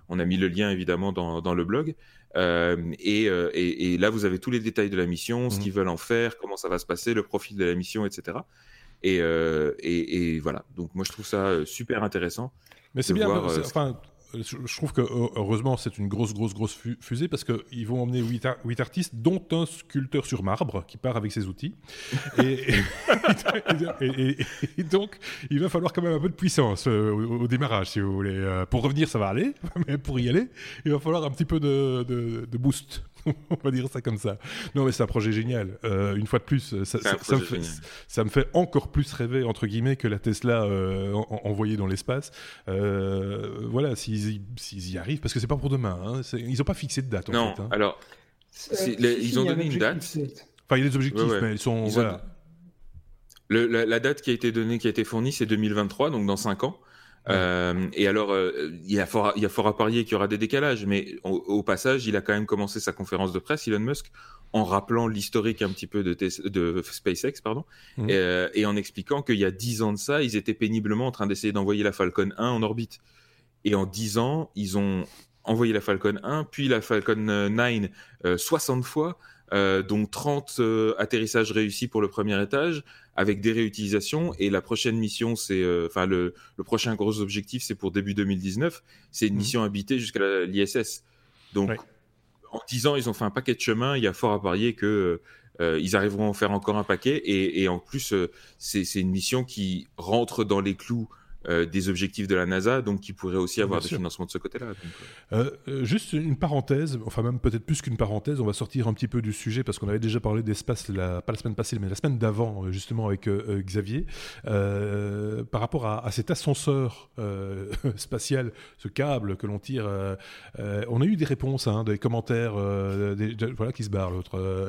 On a mis le lien évidemment dans, dans le blog. Euh, et, euh, et, et là, vous avez tous les détails de la mission, mmh. ce qu'ils veulent en faire, comment ça va se passer, le profil de la mission, et cetera. Et, euh, et, et voilà. Donc moi, je trouve ça super intéressant. Mais c'est bien. Voir, c'est, euh, enfin, je trouve que heureusement, c'est une grosse, grosse, grosse fusée parce qu'ils vont emmener huit ar- artistes, dont un sculpteur sur marbre qui part avec ses outils. et, et, et, et, et donc, il va falloir quand même un peu de puissance euh, au, au démarrage, si vous voulez. Euh, pour revenir, ça va aller, mais pour y aller, il va falloir un petit peu de, de, de boost. On va dire ça comme ça. Non, mais c'est un projet génial. Euh, une fois de plus, ça, ça, ça, me fait, ça me fait encore plus rêver, entre guillemets, que la Tesla euh, en, envoyée dans l'espace. Euh, voilà, s'ils, s'ils y arrivent, parce que c'est pas pour demain. Hein, ils n'ont pas fixé de date, en non, fait. Hein. alors, c'est, les, ils ont donné une date. Enfin, il y a des objectifs, ouais, ouais. mais ils sont... Ils voilà. ont... le, la, la date qui a été donnée, qui a été fournie, c'est deux mille vingt-trois, donc dans cinq ans. Ouais. Euh, et alors, euh, il y a fort, il y a fort à parier qu'il y aura des décalages, mais au, au passage, il a quand même commencé sa conférence de presse, Elon Musk, en rappelant l'historique un petit peu de, tes, de SpaceX, pardon, mmh. et, euh, et en expliquant qu'il y a dix ans de ça, ils étaient péniblement en train d'essayer d'envoyer la Falcon un en orbite. Et en dix ans, ils ont envoyé la Falcon un, puis la Falcon neuf euh, soixante fois, euh, donc trente euh, atterrissages réussis pour le premier étage, avec des réutilisations, et la prochaine mission, c'est, enfin euh, le, le prochain gros objectif, c'est pour début deux mille dix-neuf, c'est une mmh. mission habitée jusqu'à la, l'I S S. Donc, ouais. en dix ans, ils ont fait un paquet de chemin, il y a fort à parier que euh, ils arriveront à en faire encore un paquet, et, et en plus, euh, c'est, c'est une mission qui rentre dans les clous Euh, des objectifs de la NASA, donc qui pourrait aussi avoir Bien des sûr. financements de ce côté-là. Donc, euh... Euh, juste une parenthèse, enfin même peut-être plus qu'une parenthèse, on va sortir un petit peu du sujet parce qu'on avait déjà parlé d'espace, la, pas la semaine passée, mais la semaine d'avant, justement avec euh, Xavier, euh, par rapport à, à cet ascenseur euh, spatial, ce câble que l'on tire. Euh, euh, on a eu des réponses, hein, des commentaires, euh, des, de, voilà, qui se barre l'autre. Euh,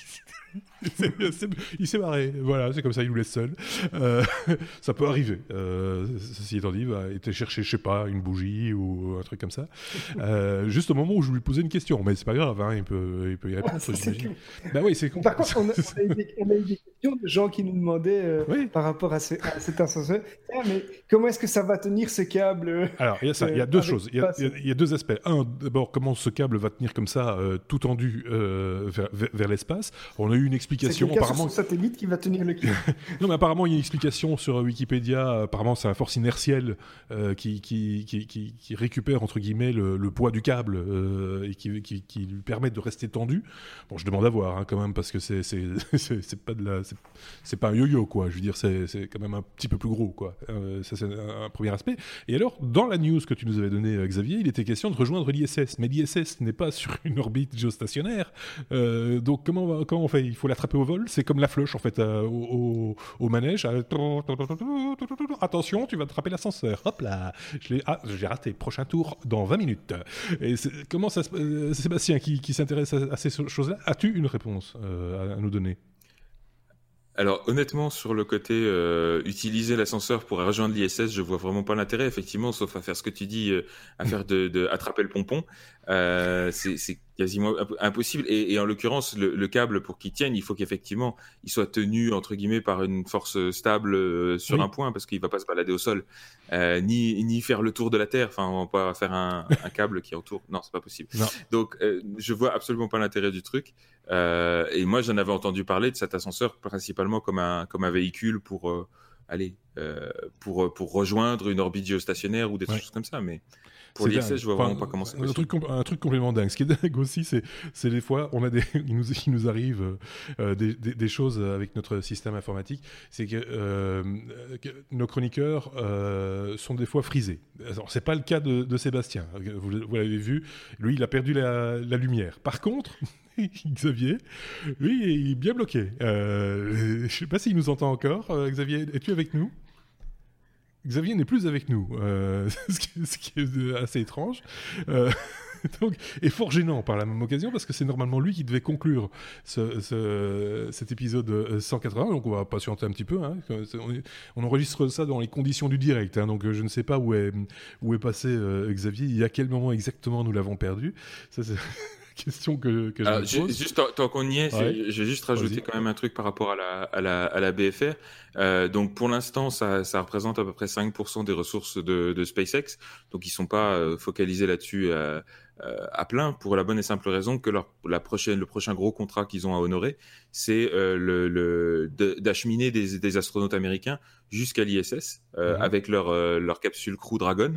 c'est, c'est, il s'est barré, voilà, c'est comme ça, il nous laisse seuls. Euh, ça peut arriver. Euh, ceci étant dit, il va été chercher, je sais pas, une bougie ou un truc comme ça. Euh, juste au moment où je lui posais une question, mais c'est pas grave, hein, il peut, il peut y répondre. Ah, j'imagine. Bah oui, c'est con. Par contre, on a, on, a eu des, on a eu des questions de gens qui nous demandaient euh, oui. par rapport à, ce, à cet ascenseur. Ah, mais comment est-ce que ça va tenir ce câble? Alors, il y a ça, euh, il y a deux choses. Il y a, il, y a, il y a deux aspects. Un, d'abord, comment ce câble va tenir comme ça, euh, tout tendu euh, vers, vers, vers l'espace. On a eu une explication. C'est apparemment, sur son satellite qui va tenir le câble. Non, mais apparemment, il y a une explication sur Wikipédia. Apparemment, c'est une force inertielle euh, qui, qui, qui, qui, qui récupère, entre guillemets, le, le poids du câble euh, et qui, qui, qui lui permet de rester tendu. Bon, je demande à voir, hein, quand même, parce que c'est, c'est, c'est, c'est pas de la, c'est, c'est pas un yo-yo, quoi. Je veux dire, c'est, c'est quand même un petit peu plus gros, quoi. Euh, ça, c'est un, un premier aspect. Et alors, dans la news que tu nous avais donnée, Xavier, il était question de rejoindre l'I S S. Mais l'I S S n'est pas sur une orbite géostationnaire. Euh, donc, comment on, va, comment on fait? Il faut l'attraper au vol? C'est comme la floche, en fait, euh, au, au, au manège. Attention, tu vas attraper l'ascenseur. Hop là, je l'ai, ah, j'ai raté. Prochain tour dans vingt minutes. Et comment ça se... euh, Sébastien, qui, qui s'intéresse à, à ces choses-là, as-tu une réponse euh, à, à nous donner? Alors honnêtement, sur le côté euh, utiliser l'ascenseur pour rejoindre l'I S S, je vois vraiment pas l'intérêt, effectivement, sauf à faire ce que tu dis, euh, à faire de, de attraper le pompon. Euh, c'est, c'est quasiment impossible. Et, et en l'occurrence, le, le câble, pour qu'il tienne, il faut qu'effectivement, il soit tenu, entre guillemets, par une force stable euh, sur oui. un point, parce qu'il va pas se balader au sol, euh, ni, ni faire le tour de la Terre. Enfin, on va pas faire un, un câble qui entoure. Non, c'est pas possible. Non. Donc, euh, je vois absolument pas l'intérêt du truc. Euh, et moi, j'en avais entendu parler de cet ascenseur principalement comme un, comme un véhicule pour, euh, aller, euh, pour, pour rejoindre une orbite géostationnaire ou des ouais. choses comme ça. Mais pour l'I S S, je vois enfin, vraiment pas comment c'est possible. Un truc, un truc complètement dingue. Ce qui est dingue aussi, c'est, c'est des fois, on a des, il, nous, il nous arrive euh, des, des, des choses avec notre système informatique. C'est que, euh, que nos chroniqueurs euh, sont des fois frisés. Alors, c'est pas le cas de, de Sébastien. Vous, vous l'avez vu, lui, il a perdu la, la lumière. Par contre, Xavier, lui, il est bien bloqué. Euh, je ne sais pas s'il nous entend encore. Euh, Xavier, es-tu avec nous? Xavier n'est plus avec nous, euh, ce, qui, ce qui est assez étrange. Euh, donc, et fort gênant par la même occasion, parce que c'est normalement lui qui devait conclure ce, ce, cet épisode cent quatre-vingts, donc on va patienter un petit peu. Hein. On, est, on enregistre ça dans les conditions du direct, hein, donc je ne sais pas où est, où est passé euh, Xavier, et à quel moment exactement nous l'avons perdu. Ça, c'est question que, que je Alors, me ju- pose. juste tant, tant qu'on y est, c'est- Ouais. je vais juste rajouter Vas-y. quand même un truc par rapport à la, à la, à la B F R. Euh, donc pour l'instant, ça, ça représente à peu près cinq pour cent des ressources de, de SpaceX. Donc ils sont pas euh, focalisés là-dessus à, à plein, pour la bonne et simple raison que leur, la prochaine, le prochain gros contrat qu'ils ont à honorer, c'est euh, le, le, de- d'acheminer des, des astronautes américains jusqu'à l'I S S euh, Mhm. avec leur, euh, leur capsule Crew Dragon.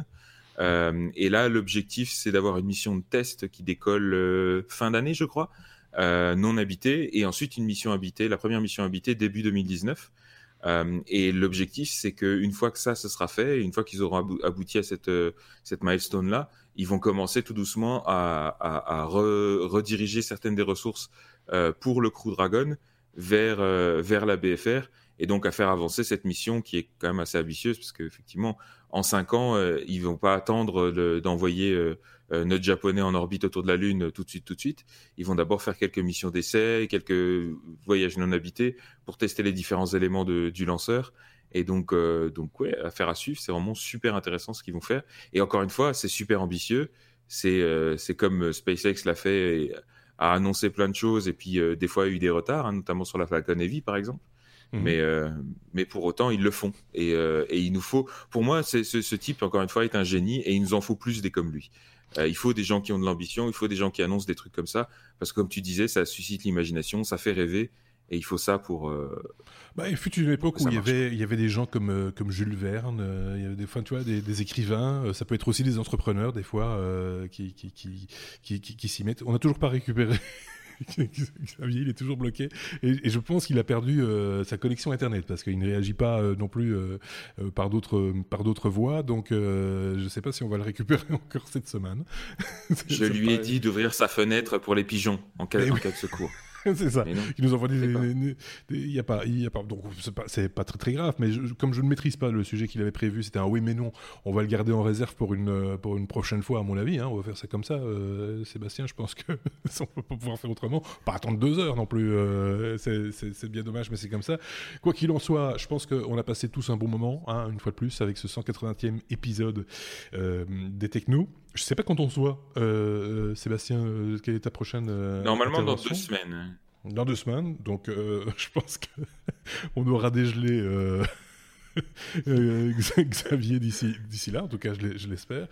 Euh, et là, l'objectif, c'est d'avoir une mission de test qui décolle euh, fin d'année, je crois, euh, non habitée, et ensuite une mission habitée, la première mission habitée début deux mille dix-neuf. Euh, et l'objectif, c'est qu'une fois que ça, ce sera fait, et une fois qu'ils auront abou- abouti à cette, euh, cette milestone-là, ils vont commencer tout doucement à, à, à re- rediriger certaines des ressources euh, pour le Crew Dragon vers, euh, vers la B F R, et donc à faire avancer cette mission qui est quand même assez ambitieuse, parce qu'effectivement, en cinq ans, euh, ils vont pas attendre de- d'envoyer euh, euh, notre japonais en orbite autour de la Lune euh, tout de suite, tout de suite. Ils vont d'abord faire quelques missions d'essai, quelques voyages non habités pour tester les différents éléments de, du lanceur. Et donc, euh, donc ouais, affaire à suivre. C'est vraiment super intéressant ce qu'ils vont faire. Et encore une fois, c'est super ambitieux. C'est euh, c'est comme SpaceX l'a fait, et a annoncé plein de choses, et puis euh, des fois a eu des retards, hein, notamment sur la Falcon Heavy par exemple. Mhm. Mais, euh, mais pour autant, ils le font. Et, euh, et il nous faut. Pour moi, c'est, ce, ce type, encore une fois, est un génie, et il nous en faut plus des comme lui. Euh, il faut des gens qui ont de l'ambition, il faut des gens qui annoncent des trucs comme ça, parce que comme tu disais, ça suscite l'imagination, ça fait rêver, et il faut ça pour. Euh, Bah, il fut une époque que où ça il y, marche. avait, il y avait des gens comme, euh, comme Jules Verne, euh, il y avait des, enfin, tu vois, des, des écrivains, euh, ça peut être aussi des entrepreneurs des fois euh, qui, qui, qui, qui, qui, qui s'y mettent. On n'a toujours pas récupéré. Xavier, il est toujours bloqué. Et, et je pense qu'il a perdu euh, sa connexion Internet parce qu'il ne réagit pas euh, non plus euh, euh, par, d'autres, par d'autres voies. Donc, euh, je ne sais pas si on va le récupérer encore cette semaine. Je Ça lui ai paraît- dit d'ouvrir sa fenêtre pour les pigeons en cas, Mais en oui. cas de secours. C'est ça. Mais non. Qui nous envoie des. C'est pas. des- des- Il y a pas, il y a pas. Donc c'est pas, c'est pas très très grave. Mais je- comme je ne maîtrise pas le sujet qu'il avait prévu, c'était un oui mais non. On va le garder en réserve pour une euh, pour une prochaine fois à mon avis. Hein. On va faire ça comme ça, euh, Sébastien. Je pense que ça, on va pas pouvoir faire autrement. Pas attendre deux heures non plus. euh, c'est, c'est, c'est bien dommage, mais c'est comme ça. Quoi qu'il en soit, je pense qu'on a passé tous un bon moment, hein, une fois de plus, avec ce cent quatre-vingtième épisode euh, des Technos. Je sais pas quand on se voit, euh, Sébastien. euh, quelle est ta prochaine euh, Normalement, dans intervention deux semaines. Dans deux semaines, donc euh, je pense que on aura dégelé euh, euh, Xavier d'ici, d'ici là, en tout cas je, l'ai- je l'espère.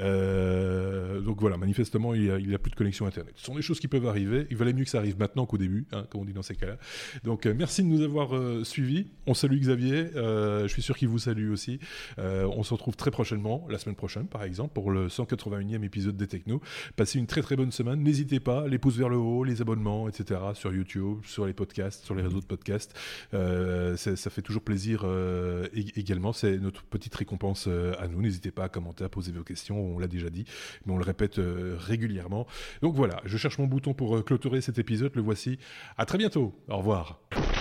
Euh, donc voilà, manifestement il n'y a, il y a plus de connexion Internet. Ce sont des choses qui peuvent arriver, il valait mieux que ça arrive maintenant qu'au début, hein, comme on dit dans ces cas-là. Donc euh, merci de nous avoir euh, suivis, on salue Xavier, euh, je suis sûr qu'il vous salue aussi. Euh, on se retrouve très prochainement, la semaine prochaine par exemple, pour le cent quatre-vingt-unième épisode des Technos. Passez une très très bonne semaine, n'hésitez pas, les pouces vers le haut, les abonnements, et cetera sur YouTube, sur les podcasts, sur les réseaux de podcasts. Euh, ça, ça fait toujours plaisir euh, également, c'est notre petite récompense euh, à nous. N'hésitez pas à commenter, à poser vos questions, on l'a déjà dit, mais on le répète euh, régulièrement. Donc voilà, je cherche mon bouton pour euh, clôturer cet épisode, le voici. À très bientôt, au revoir.